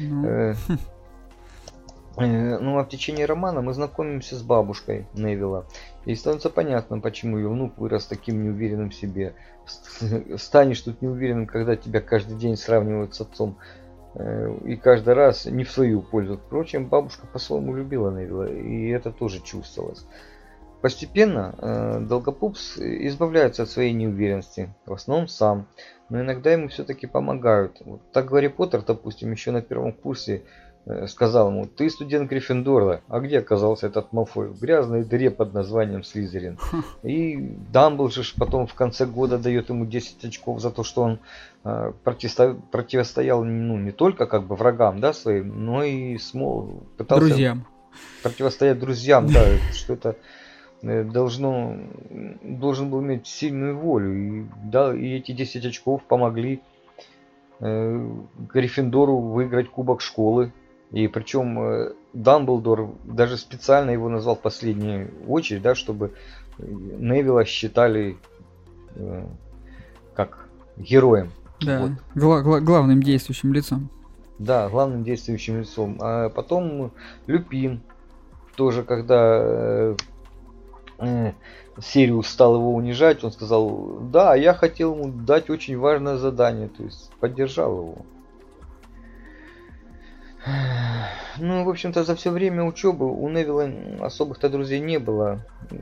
Ну а в течение романа мы знакомимся с бабушкой Невилла. И становится понятно, почему ее внук вырос таким неуверенным в себе. Станешь тут неуверенным, когда тебя каждый день сравнивают с отцом. И каждый раз не в свою пользу. Впрочем, бабушка по-своему любила Невилла, и это тоже чувствовалось. Постепенно Долгопупс избавляется от своей неуверенности, в основном сам, но иногда ему все-таки помогают. Вот так Гарри Поттер, допустим, еще на первом курсе сказал ему: ты студент Гриффиндора, а где оказался этот Малфой? В грязной дыре под названием Слизерин. И Дамблдор потом в конце года дает ему 10 очков за то, что он противостоял, ну, не только как бы врагам, да, своим, но и пытался друзьям. Противостоять друзьям, да, что это должен был иметь сильную волю. И, да, и эти 10 очков помогли Гриффиндору выиграть кубок школы. И причем Дамблдор даже специально его назвал в последнюю очередь, да, чтобы Невилла считали как героем. Да, вот. Главным действующим лицом. Да, главным действующим лицом. А потом Люпин тоже, когда Сириус стал его унижать, он сказал: да, я хотел ему дать очень важное задание, то есть поддержал его. Ну, в общем-то, за все время учебы у Невилла особых-то друзей не было.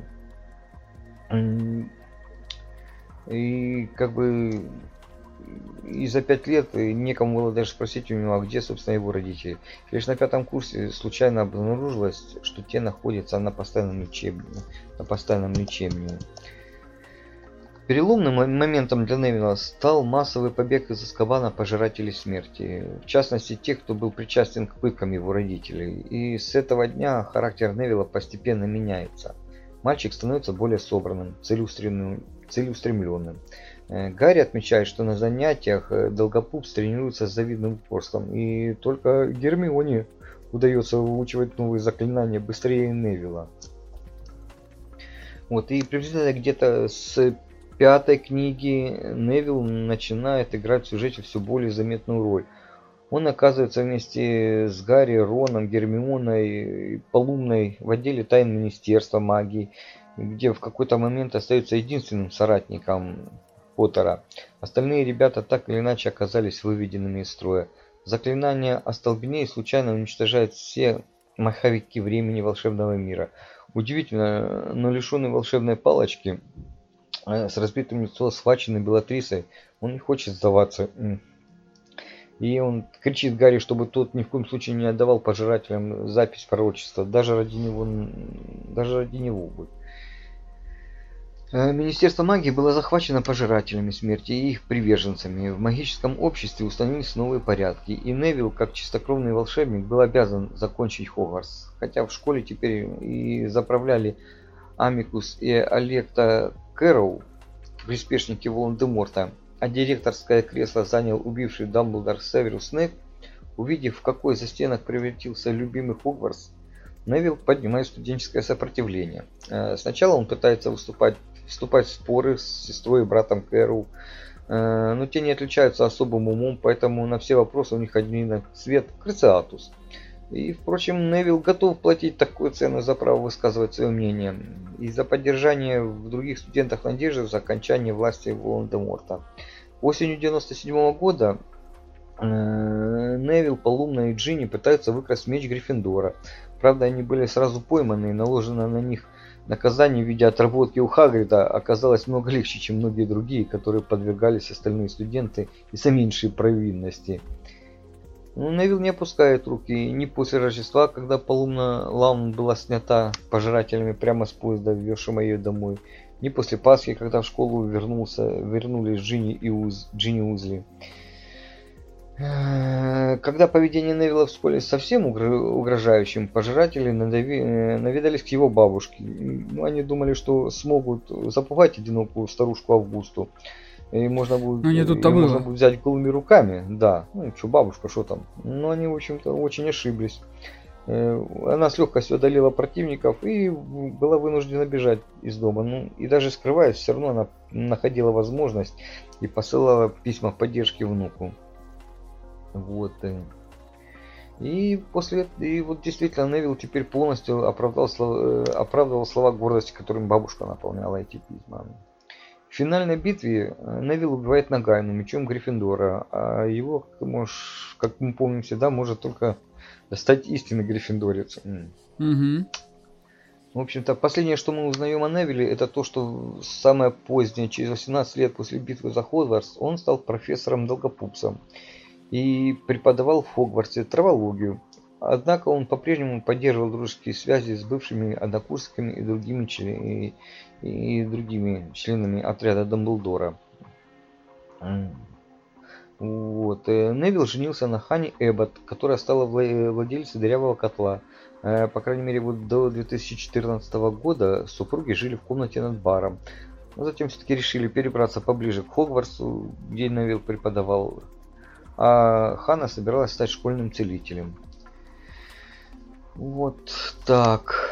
И как бы и за 5 лет некому было даже спросить у него, а где, собственно, его родители. Лишь на 5 курсе случайно обнаружилось, что те находятся на постоянном лечении. Переломным моментом для Невилла стал массовый побег из Азкабана пожирателей смерти, в частности тех, кто был причастен к пыткам его родителей. И с этого дня характер Невилла постепенно меняется. Мальчик становится более собранным, целеустремленным. Гарри отмечает, что на занятиях Долгопупс тренируется с завидным упорством, и только Гермионе удается выучивать новые заклинания быстрее Невилла. Вот, и приблизительно где-то с 5-й книги Невилл начинает играть в сюжете все более заметную роль. Он оказывается вместе с Гарри, Роном, Гермионой и Полумной в отделе тайн Министерства магии, где в какой-то момент остается единственным соратником Поттера. Остальные ребята так или иначе оказались выведенными из строя. Заклинание остолбенений случайно уничтожает все маховики времени волшебного мира. Удивительно, но лишенный волшебной палочки, с разбитым лицом, схваченный Белатрисой, он не хочет сдаваться. И он кричит Гарри, чтобы тот ни в коем случае не отдавал пожирателям запись пророчества, даже ради него. Министерство магии было захвачено пожирателями смерти и их приверженцами. В магическом обществе установились новые порядки, и Невилл, как чистокровный волшебник, был обязан закончить Хогвартс. Хотя в школе теперь и заправляли Амикус и Алекта Кэрроу, приспешники Волан-де-Морта, а директорское кресло занял убивший Дамблдор Северус Снейп. Увидев, в какой застенок превратился любимый Хогвартс, Невилл поднимает студенческое сопротивление. Сначала он пытается вступать в споры с сестрой и братом Кэрроу, но те не отличаются особым умом, поэтому на все вопросы у них один ответ – Крациатус. И, впрочем, Невилл готов платить такую цену за право высказывать свое мнение и за поддержание в других студентах надежды за окончание власти Волан-де-Морта. Осенью 1997 года Невилл, Полумна и Джинни пытаются выкрасть меч Гриффиндора. Правда, они были сразу пойманы, и наложено на них наказание в виде отработки у Хагрида оказалось много легче, чем многие другие, которые подвергались остальные студенты из-за меньшей провинности. Но Невилл не опускает руки ни после Рождества, когда Полумна Лаун была снята пожирателями прямо с поезда, везшего ее домой, ни после Пасхи, когда в школу вернулись Джинни Уизли. Когда поведение Невилла в школе совсем угрожающим, пожиратели наведались к его бабушке. Они думали, что смогут запугать одинокую старушку Августу. И можно будет взять голыми руками. Да, ну что, бабушка, что там. Но они, в общем-то, очень ошиблись. Она с легкостью одолела противников и была вынуждена бежать из дома. Ну, и даже скрываясь, все равно она находила возможность и посылала письма поддержки внуку. Вот. И вот действительно Невилл теперь полностью оправдывал слова гордости, которыми бабушка наполняла эти письма. В финальной битве Невилл убивает Нагайну мечом Гриффиндора, а его, как мы помним всегда, может только стать истинный гриффиндорец. Угу. В общем-то, последнее, что мы узнаем о Невилле, это то, что самое позднее, через 18 лет после битвы за Хогвартс, он стал профессором Долгопупсом и преподавал в Хогвартсе травологию. Однако он по-прежнему поддерживал дружеские связи с бывшими однокурсниками и другими членами отряда Дамблдора. Вот. Невилл женился на Ханне Эббот, которая стала владелицей дырявого котла. По крайней мере, вот до 2014 года супруги жили в комнате над баром. Но затем все-таки решили перебраться поближе к Хогвартсу, где Невилл преподавал. А Ханна собиралась стать школьным целителем. Вот так.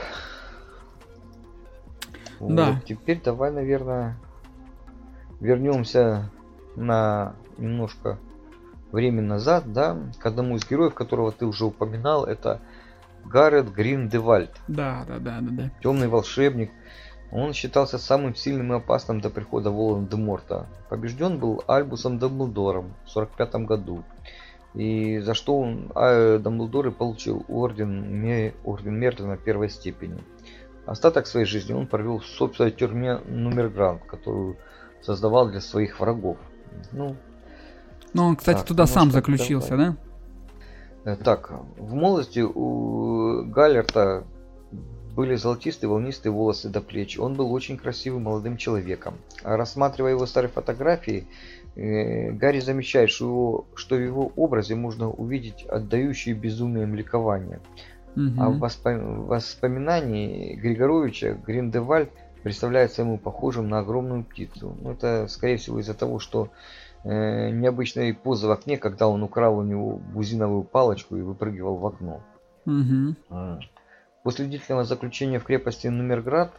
Да. Вот, теперь давай, наверное, вернемся на немножко время назад, да, к одному из героев, которого ты уже упоминал, это Гаррет Гриндевальд. Да. Темный волшебник. Он считался самым сильным и опасным до прихода Волан-де-Морта. Побежден был Альбусом Дамблдором в 1945 году. И за что Дамблдор и получил орден Мерлина первой степени. Остаток своей жизни он провел в собственной тюрьме Нумергранд, которую создавал для своих врагов. Ну, он, кстати, так, туда сам заключился, давай. Да? Так, в молодости у Галлерта были золотистые волнистые волосы до плеч. Он был очень красивым молодым человеком. А рассматривая его старые фотографии, Гарри замечает, что в его образе можно увидеть отдающее безумием ликование. Угу. А в воспоминании Григоровича Гриндевальд представляется ему похожим на огромную птицу. Ну, это, скорее всего, из-за того, что необычной позы в окне, когда он украл у него бузиновую палочку и выпрыгивал в окно. Угу. После длительного заключения в крепости Нумергард,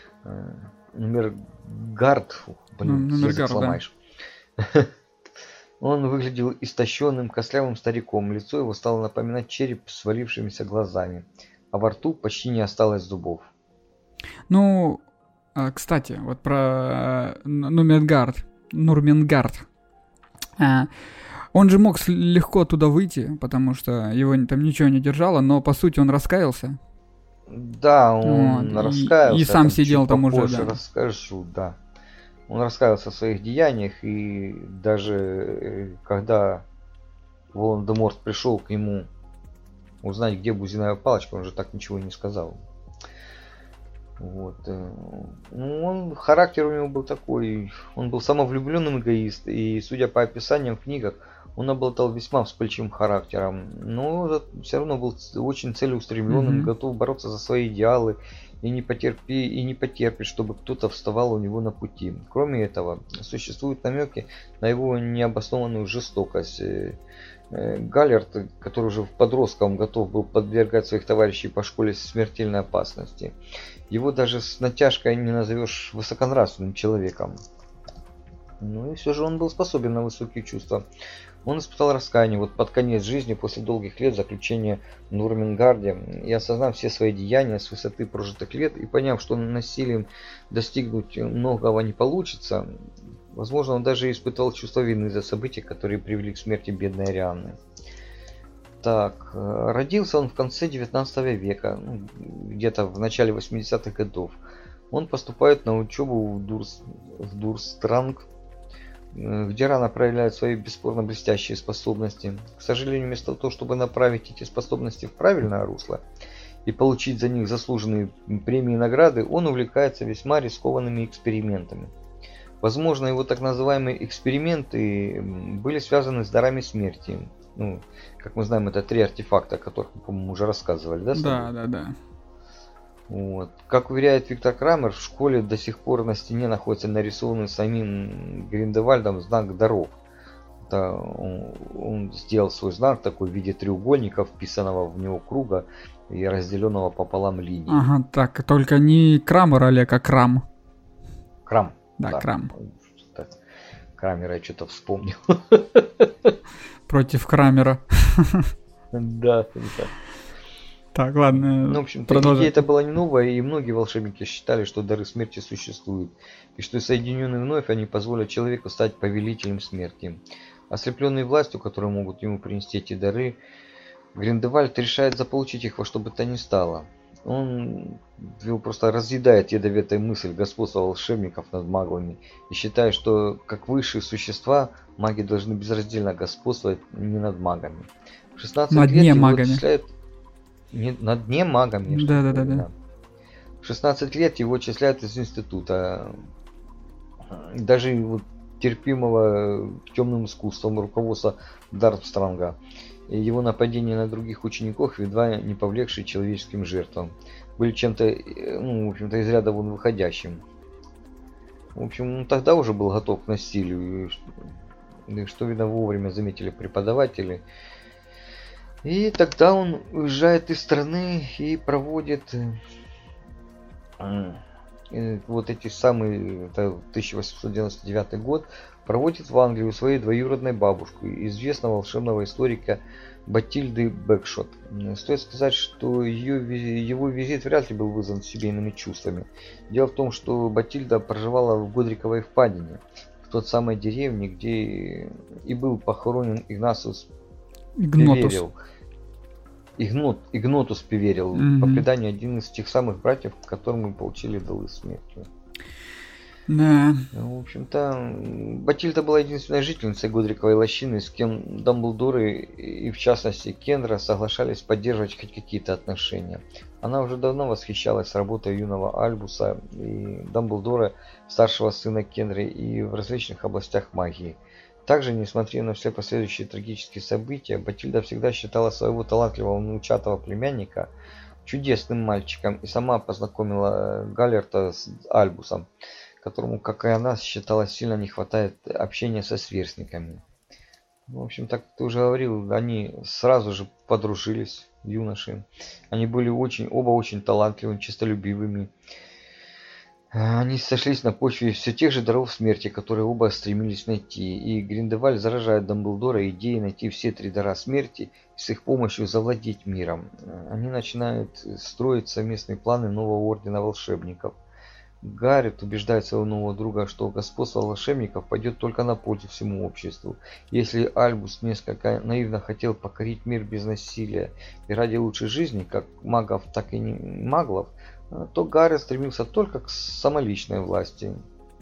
язык сломаешь. Да. Он выглядел истощенным, костлявым стариком. Лицо его стало напоминать череп с свалившимися глазами, а во рту почти не осталось зубов. Ну, кстати, вот про Нурмингард. Он же мог легко туда выйти, потому что его там ничего не держало, но по сути он раскаялся. Да, он раскаялся. И сам сидел там уже, да. Расскажу, да. Он раскаялся в своих деяниях, и даже когда Волан-де-Морт пришел к нему узнать, где бузиновая палочка, он же так ничего и не сказал. Вот. Ну, характер у него был такой, он был самовлюбленным эгоист, и судя по описаниям в книгах, он обладал весьма вспыльчивым характером, но все равно был очень целеустремленным, готов бороться за свои идеалы и не потерпит, чтобы кто-то вставал у него на пути. Кроме этого, существуют намеки на его необоснованную жестокость. Галлерт, который уже в подростком готов был подвергать своих товарищей по школе смертельной опасности, его даже с натяжкой не назовешь высоконравственным человеком. Ну и все же он был способен на высокие чувства. Он испытал раскаяние вот под конец жизни, после долгих лет заключения в Нурмингарде, и осознав все свои деяния с высоты прожитых лет, и поняв, что насилием достигнуть многого не получится, возможно, он даже испытывал чувство вины за события, которые привели к смерти бедной Арианны. Так, родился он в конце 19 века, где-то в начале 80-х годов. Он поступает на учебу в Дурстранг, где рано проявляет свои бесспорно блестящие способности. К сожалению, вместо того, чтобы направить эти способности в правильное русло и получить за них заслуженные премии и награды, он увлекается весьма рискованными экспериментами. Возможно, его так называемые эксперименты были связаны с дарами смерти. Ну, как мы знаем, это 3 артефакта, о которых мы, по-моему, уже рассказывали, да? Да. Вот. Как уверяет Виктор Крамер, в школе до сих пор на стене находится нарисованный самим Гриндевальдом знак даров. Это он сделал свой знак такой в виде треугольника, вписанного в него круга, и разделенного пополам линии. Ага, так, только не Крамер Олег, а Крам. Крам. Да, Крам. Крамера я что-то вспомнил. Против Крамера. Да. Так, ладно. Ну, в общем-то, идея это была не новая, и многие волшебники считали, что дары смерти существуют, и что соединенные вновь они позволят человеку стать повелителем смерти. Ослепленный властью, которую могут ему принести эти дары, Гриндевальд решает заполучить их во что бы то ни стало. Он его просто разъедает ядовитая мысль господства волшебников над маглами и считает, что как высшие существа маги должны безраздельно господствовать не над магами. В 16 над лет его магами. отчисляют... Над не магами. Да. В 16 лет его отчисляют из института. Даже вот терпимого к темным искусствам руководства Дартстронга. И его нападения на других учеников, едва не повлекшие человеческим жертвам, были чем-то, ну, в общем-то, из ряда вон выходящим. В общем, он тогда уже был готов к насилию, и что, видно, вовремя заметили преподаватели. И тогда он уезжает из страны и проводит вот эти самые, это 1899 год, проводит в Англию своей двоюродной бабушкой, известного волшебного историка Батильды Бэкшот. Стоит сказать, что его визит вряд ли был вызван семейными чувствами. Дело в том, что Батильда проживала в Годриковой впадине, в той самой деревне, где и был похоронен Игнатус Певерил. Игнотус Певерил, по преданию, один из тех самых братьев, которым мы получили дары смерти. Да. В общем-то, Батильда была единственной жительницей Годриковой лощины, с кем Дамблдоры и, в частности, Кендра соглашались поддерживать хоть какие-то отношения. Она уже давно восхищалась работой юного Альбуса и Дамблдора, старшего сына Кендры, и в различных областях магии. Также, несмотря на все последующие трагические события, Батильда всегда считала своего талантливого внучатого племянника чудесным мальчиком и сама познакомила Галлерта с Альбусом, которому, как и она, считала, сильно не хватает общения со сверстниками. В общем, так ты уже говорил, они сразу же подружились, юноши. Они были оба очень талантливыми, честолюбивыми. Они сошлись на почве все тех же даров смерти, которые оба стремились найти, и Гриндевальд заражает Дамблдора идеей найти все 3 дара смерти и с их помощью завладеть миром. Они начинают строить совместные планы нового ордена волшебников. Гаррет убеждает своего нового друга, что господство волшебников пойдет только на пользу всему обществу. Если Альбус несколько наивно хотел покорить мир без насилия и ради лучшей жизни, как магов, так и не маглов, то Гаррет стремился только к самоличной власти.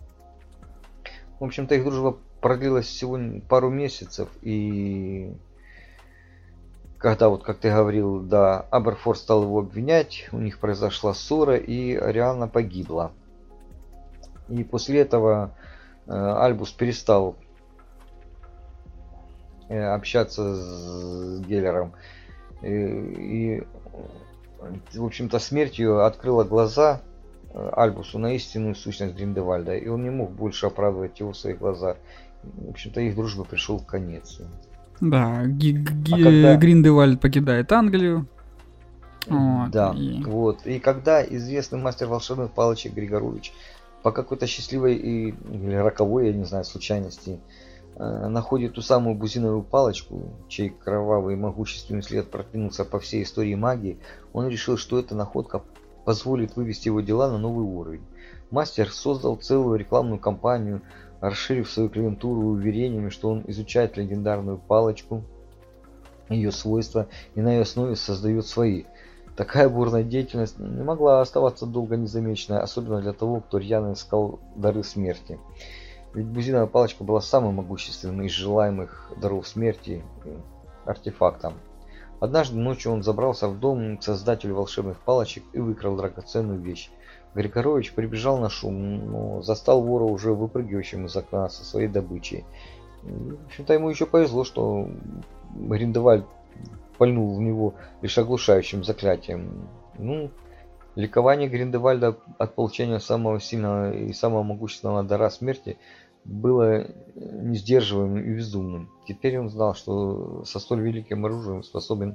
В общем-то, их дружба продлилась всего пару месяцев, и когда, вот как ты говорил, да, Аберфорд стал его обвинять, у них произошла ссора, и Ариана погибла. И после этого Альбус перестал общаться с Геллером. И в общем-то, смертью открыла глаза Альбусу на истинную сущность Гриндевальда, и он не мог больше оправдывать его в своих глазах. В общем-то, их дружба пришел к конец. Да, Гриндевальд покидает Англию. Вот, да, вот. И когда известный мастер волшебных палочек Григорович по какой-то счастливой или роковой, я не знаю, случайности находит ту самую бузиновую палочку, чей кровавый и могущественный след продвинулся по всей истории магии, он решил, что эта находка позволит вывести его дела на новый уровень. Мастер создал целую рекламную кампанию, расширив свою клиентуру уверениями, что он изучает легендарную палочку, ее свойства, и на ее основе создает свои. Такая бурная деятельность не могла оставаться долго незамеченной, особенно для того, кто рьяно искал дары смерти. Ведь бузиновая палочка была самым могущественным из желаемых даров смерти артефактом. Однажды ночью он забрался в дом к создателю волшебных палочек и выкрал драгоценную вещь. Григорович прибежал на шум, но застал вора уже выпрыгивающим из окна со своей добычей. И, в общем-то, ему еще повезло, что Гриндевальд пальнул в него лишь оглушающим заклятием. Ликование Гриндевальда от получения самого сильного и самого могущественного дара смерти было несдерживаемым и безумным. Теперь он знал, что со столь великим оружием способен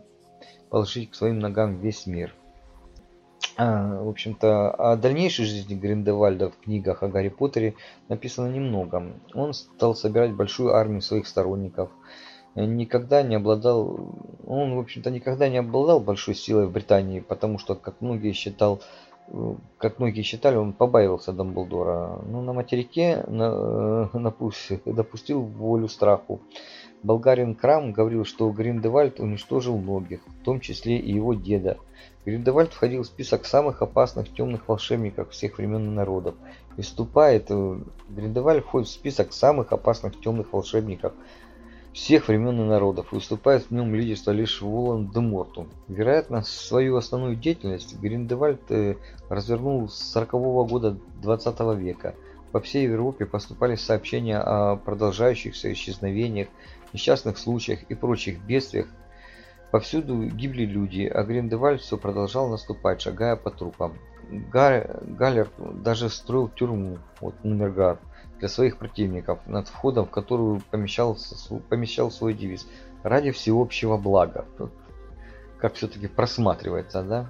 положить к своим ногам весь мир. В общем-то, о дальнейшей жизни Гриндевальда в книгах о Гарри Поттере написано немного. Он стал собирать большую армию своих сторонников. Никогда не обладал, он, в общем-то, никогда не обладал большой силой в Британии, потому что, как многие считали, он побаивался Дамблдора. Но на материке допустил волю страху. Болгарин Крам говорил, что Гриндевальд уничтожил многих, в том числе и его деда. Гриндевальд входил в список самых опасных темных волшебников всех времен и народов. Гриндевальд входит в список самых опасных темных волшебников всех времен и народов, и уступает в нем лидерство лишь Волан-де-Морту. Вероятно, свою основную деятельность Гриндевальд развернул с 40-го года 20 века. По всей Европе поступали сообщения о продолжающихся исчезновениях, несчастных случаях и прочих бедствиях. Повсюду гибли люди, а Гриндевальд все продолжал наступать, шагая по трупам. Галлер даже строил тюрьму, Нумергард, для своих противников, над входом в которую помещал свой девиз «Ради всеобщего блага». Как все-таки просматривается, да?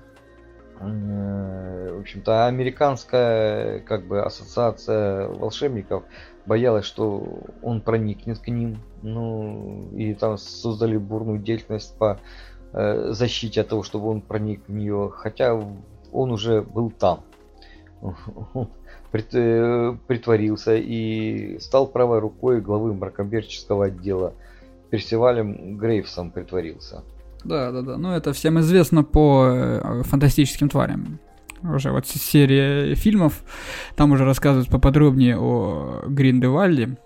В общем-то, американская ассоциация волшебников боялась, что он проникнет к ним, и там создали бурную деятельность по защите от того, чтобы он проник в нее, хотя он уже был там. Притворился и стал правой рукой главы мракобесческого отдела. Персивалем Грейвсом притворился. Да. Ну, это всем известно по фантастическим тварям. Уже вот серия фильмов, там уже рассказывают поподробнее о Гриндевальде.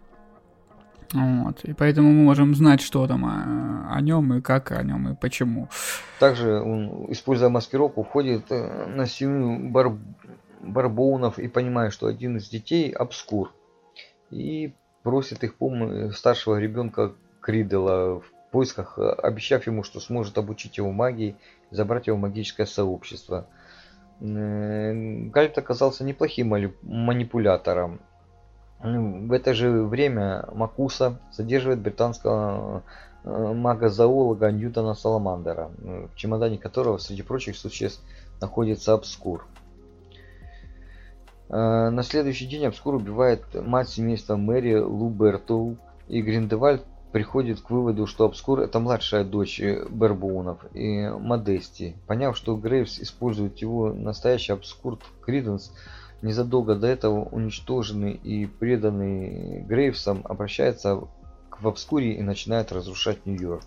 И поэтому мы можем знать, что там о нем, и как о нем, и почему. Также он, используя маскировку, входит на семью Барбоунов и понимает, что один из детей обскур. И просит их помощи старшего ребенка Кридела в поисках, обещав ему, что сможет обучить его магии и забрать его в магическое сообщество. Гальт оказался неплохим манипулятором. В это же время Макуса задерживает британского мага-зоолога Ньютона Саламандера, в чемодане которого, среди прочих существ, находится обскур. На следующий день обскур убивает мать семейства Мэри Лу Бертоу, и Гриндевальд приходит к выводу, что обскур — это младшая дочь Барбоунов и Модести. Поняв, что Грейвс использует его настоящий обскур Криденс, незадолго до этого уничтоженный и преданный Грейвсом, обращается в обскуре и начинает разрушать Нью-Йорк.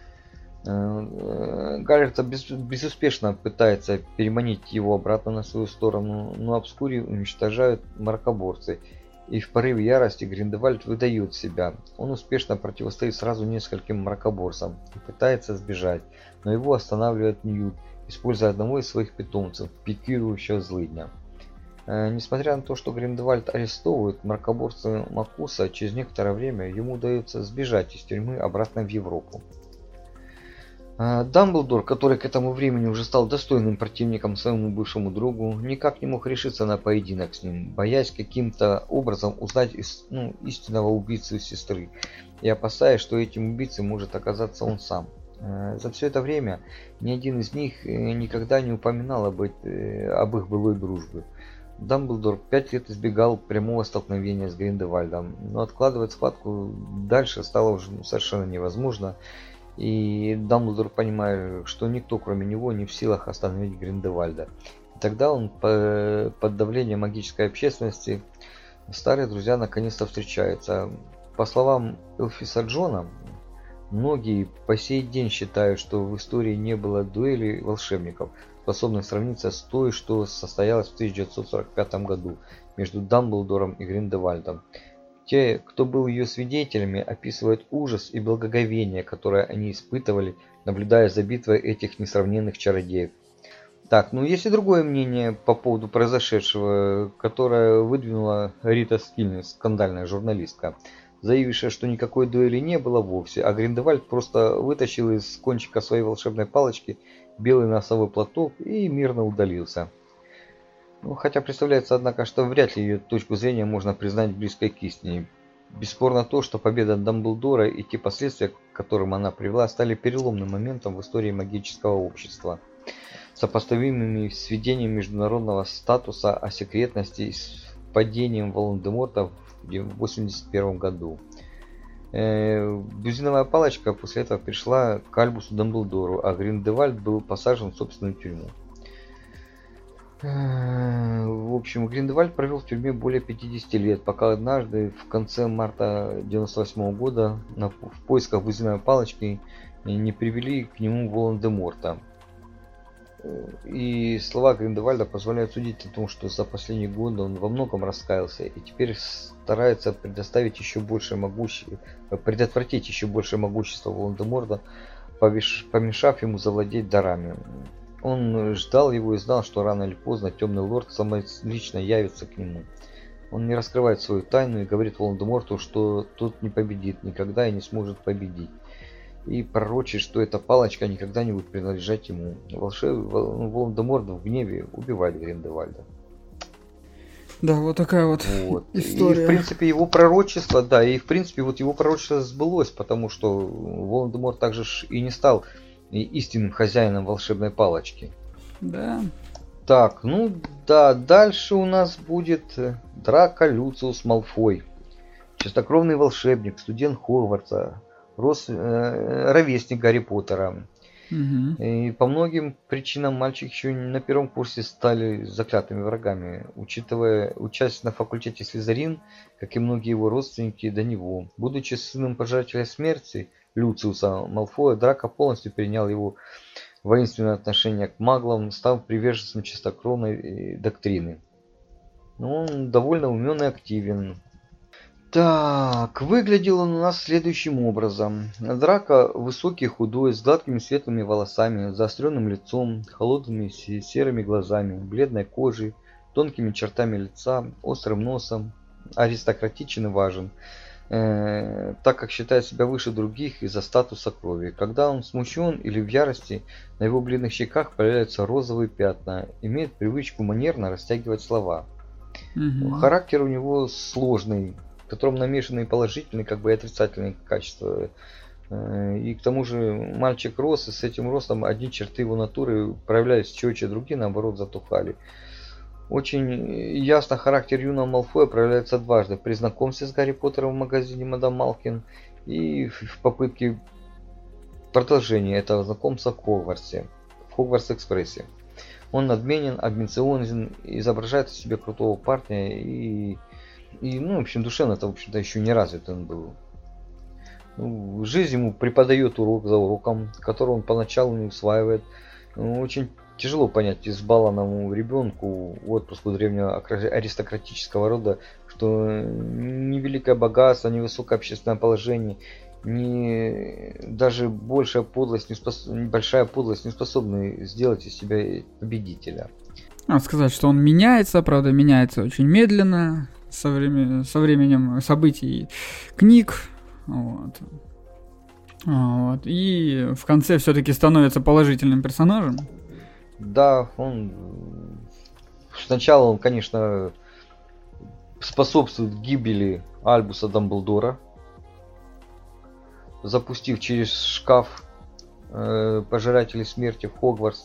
Галлерта безуспешно пытается переманить его обратно на свою сторону, но обскури уничтожают мракоборцы, и в порыве ярости Гриндевальд выдает себя. Он успешно противостоит сразу нескольким мракоборцам и пытается сбежать, но его останавливает Ньют, используя одного из своих питомцев, пикирующего злыдня. Несмотря на то, что Гриндевальд арестовывает мракоборца Макуса, через некоторое время ему удается сбежать из тюрьмы обратно в Европу. Дамблдор, который к этому времени уже стал достойным противником своему бывшему другу, никак не мог решиться на поединок с ним, боясь каким-то образом узнать истинного убийцу сестры и опасаясь, что этим убийцей может оказаться он сам. За все это время ни один из них никогда не упоминал об их былой дружбе. Дамблдор 5 лет избегал прямого столкновения с Гриндевальдом, но откладывать схватку дальше стало уже совершенно невозможно. И Дамблдор понимает, что никто кроме него не в силах остановить Гриндевальда. И тогда он под давлением магической общественности, старые друзья наконец-то встречаются. По словам Элфиса Джона, многие по сей день считают, что в истории не было дуэли волшебников, способных сравниться с той, что состоялась в 1945 году между Дамблдором и Гриндевальдом. Те, кто был ее свидетелями, описывают ужас и благоговение, которое они испытывали, наблюдая за битвой этих несравненных чародеев. Так, есть и другое мнение по поводу произошедшего, которое выдвинула Рита Скильнес, скандальная журналистка, заявившая, что никакой дуэли не было вовсе, а Гриндевальд просто вытащил из кончика своей волшебной палочки белый носовой платок и мирно удалился. Хотя представляется, однако, что вряд ли ее точку зрения можно признать близкой к истине. Бесспорно то, что победа Дамблдора и те последствия, к которым она привела, стали переломным моментом в истории магического общества, сопоставимыми с введением международного статуса о секретности и с падением Волан-де-Морта в 1981 году. Бузиновая палочка после этого пришла к Альбусу Дамблдору, а Гриндевальд был посажен в собственную тюрьму. В общем, Гриндевальд провел в тюрьме более 50 лет, пока однажды в конце марта 1998 года в поисках Бузиновой палочки не привели к нему Волан-де-Морта. И слова Гриндевальда позволяют судить о том, что за последние годы он во многом раскаялся и теперь старается предотвратить еще большее могущество Волан-де-Морта, помешав ему завладеть дарами. Он ждал его и знал, что рано или поздно Темный Лорд самолично явится к нему. Он не раскрывает свою тайну и говорит Волан-де-Морту, что тот не победит никогда и не сможет победить. И пророчит, что эта палочка никогда не будет принадлежать ему. Волан-де-Морт в гневе убивает Гриндевальда. Да, вот такая вот история. И в принципе его пророчество, его пророчество сбылось, потому что Волан-де-Морт также и не стал истинным хозяином волшебной палочки. Да. Так, дальше у нас будет Драко Люциус Малфой. Чистокровный волшебник, студент Хогвартса, ровесник Гарри Поттера. Угу. И по многим причинам мальчик еще на первом курсе стали заклятыми врагами, учитывая участие на факультете Слизерин, как и многие его родственники до него. Будучи сыном пожирателя смерти Люциуса Малфоя, Драко полностью перенял его воинственное отношение к маглам, став приверженцем чистокровной доктрины. Но он довольно умен и активен. Так, выглядел он у нас следующим образом. Драко высокий, худой, с гладкими светлыми волосами, заостренным лицом, холодными серыми глазами, бледной кожей, тонкими чертами лица, острым носом, аристократичен и важен, так как считает себя выше других из-за статуса крови. Когда он смущен или в ярости, на его бледных щеках появляются розовые пятна, имеет привычку манерно растягивать слова. Характер у него сложный, в котором намешаны положительные, как бы и отрицательные качества. И к тому же мальчик рос, и с этим ростом одни черты его натуры проявлялись четче, другие наоборот затухали. Очень ясно характер юного Малфоя проявляется дважды: при знакомстве с Гарри Поттером в магазине Мадам Малкин и в попытке продолжения этого знакомства в Хогвартс-экспрессе. Он надменен, амбициозен, изображает из себя крутого парня и в общем, душевно-то, в общем-то, еще не развит он был. Жизнь ему преподает урок за уроком, который он поначалу не усваивает. Очень тяжело понять избалованному ребенку, отпрыску древнего аристократического рода, что ни великое богатство, ни высокое общественное положение, ни даже большая подлость, небольшая подлость не способны сделать из себя победителя. Надо сказать, что он меняется, правда, меняется очень медленно, со временем событий книг. И в конце все-таки становится положительным персонажем. Да, сначала он, конечно, способствует гибели Альбуса Дамблдора, запустив через шкаф пожирателей смерти в Хогвартс.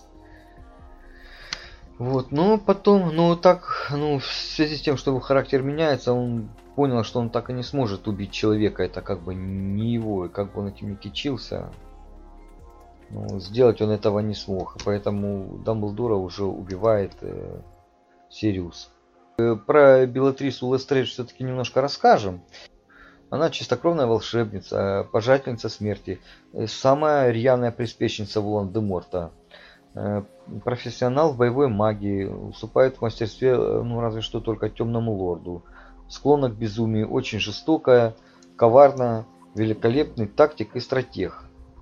Но потом, в связи с тем, что его характер меняется, он понял, что он так и не сможет убить человека, это как бы не его, и как бы он этим не кичился, сделать он этого не смог, поэтому Дамблдора уже убивает Сириус. Про Белатрису Лестрейдж все-таки немножко расскажем. Она чистокровная волшебница, пожирательница смерти, самая рьяная приспешница Волан-де-Морта. Профессионал в боевой магии, уступает в мастерстве, разве что только Темному Лорду. Склонна к безумию, очень жестокая, коварная, великолепный тактик и стратег.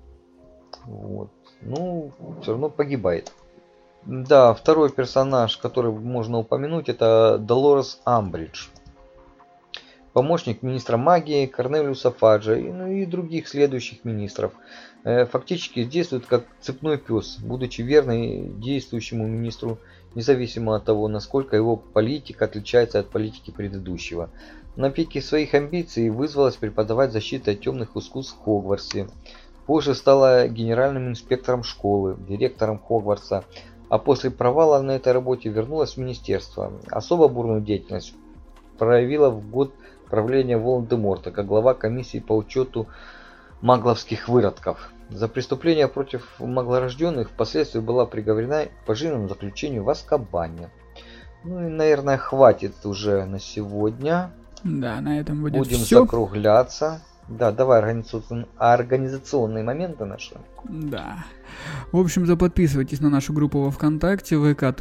Все равно погибает. Да, второй персонаж, который можно упомянуть, это Долорес Амбридж. помощник министра магии Корнелиуса Фаджа и других следующих министров. Фактически действует как цепной пес, будучи верной действующему министру, независимо от того, насколько его политика отличается от политики предыдущего. На пике своих амбиций вызвалась преподавать защиту от темных искусств в Хогвартсе. Позже стала генеральным инспектором школы, директором Хогвартса, а после провала на этой работе вернулась в министерство. Особо бурную деятельность проявила в год правления Волан-де-Морта как глава комиссии по учету магловских выродков. За преступления против маглорожденных впоследствии была приговорена к пожизненному заключению в Азкабане. Ну и, наверное, хватит уже на сегодня. Да, на этом будем все. Будем закругляться. Да, давай организационные моменты наши. Да. В общем-то, подписывайтесь на нашу группу во ВКонтакте,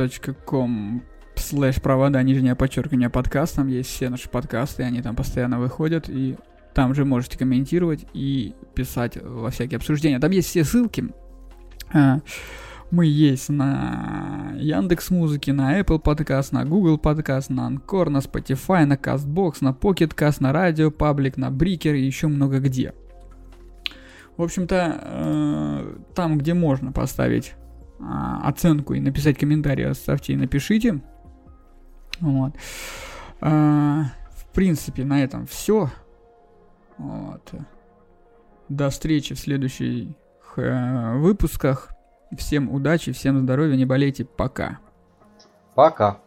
vk.com/провода__ подкаст. Там есть все наши подкасты, они там постоянно выходят, и там же можете комментировать и писать во всякие обсуждения. Там есть все ссылки. Мы есть на Яндекс.Музыке, на Apple Podcast, на Google Podcast, на Anchor, на Spotify, на CastBox, на Pocket Cast, на Radio Public, на Breaker и еще много где. В общем-то, там, где можно поставить оценку и написать комментарий, оставьте и напишите. Вот. В принципе, на этом все. Вот. До встречи в следующих выпусках. Всем удачи, всем здоровья, не болейте, пока. Пока.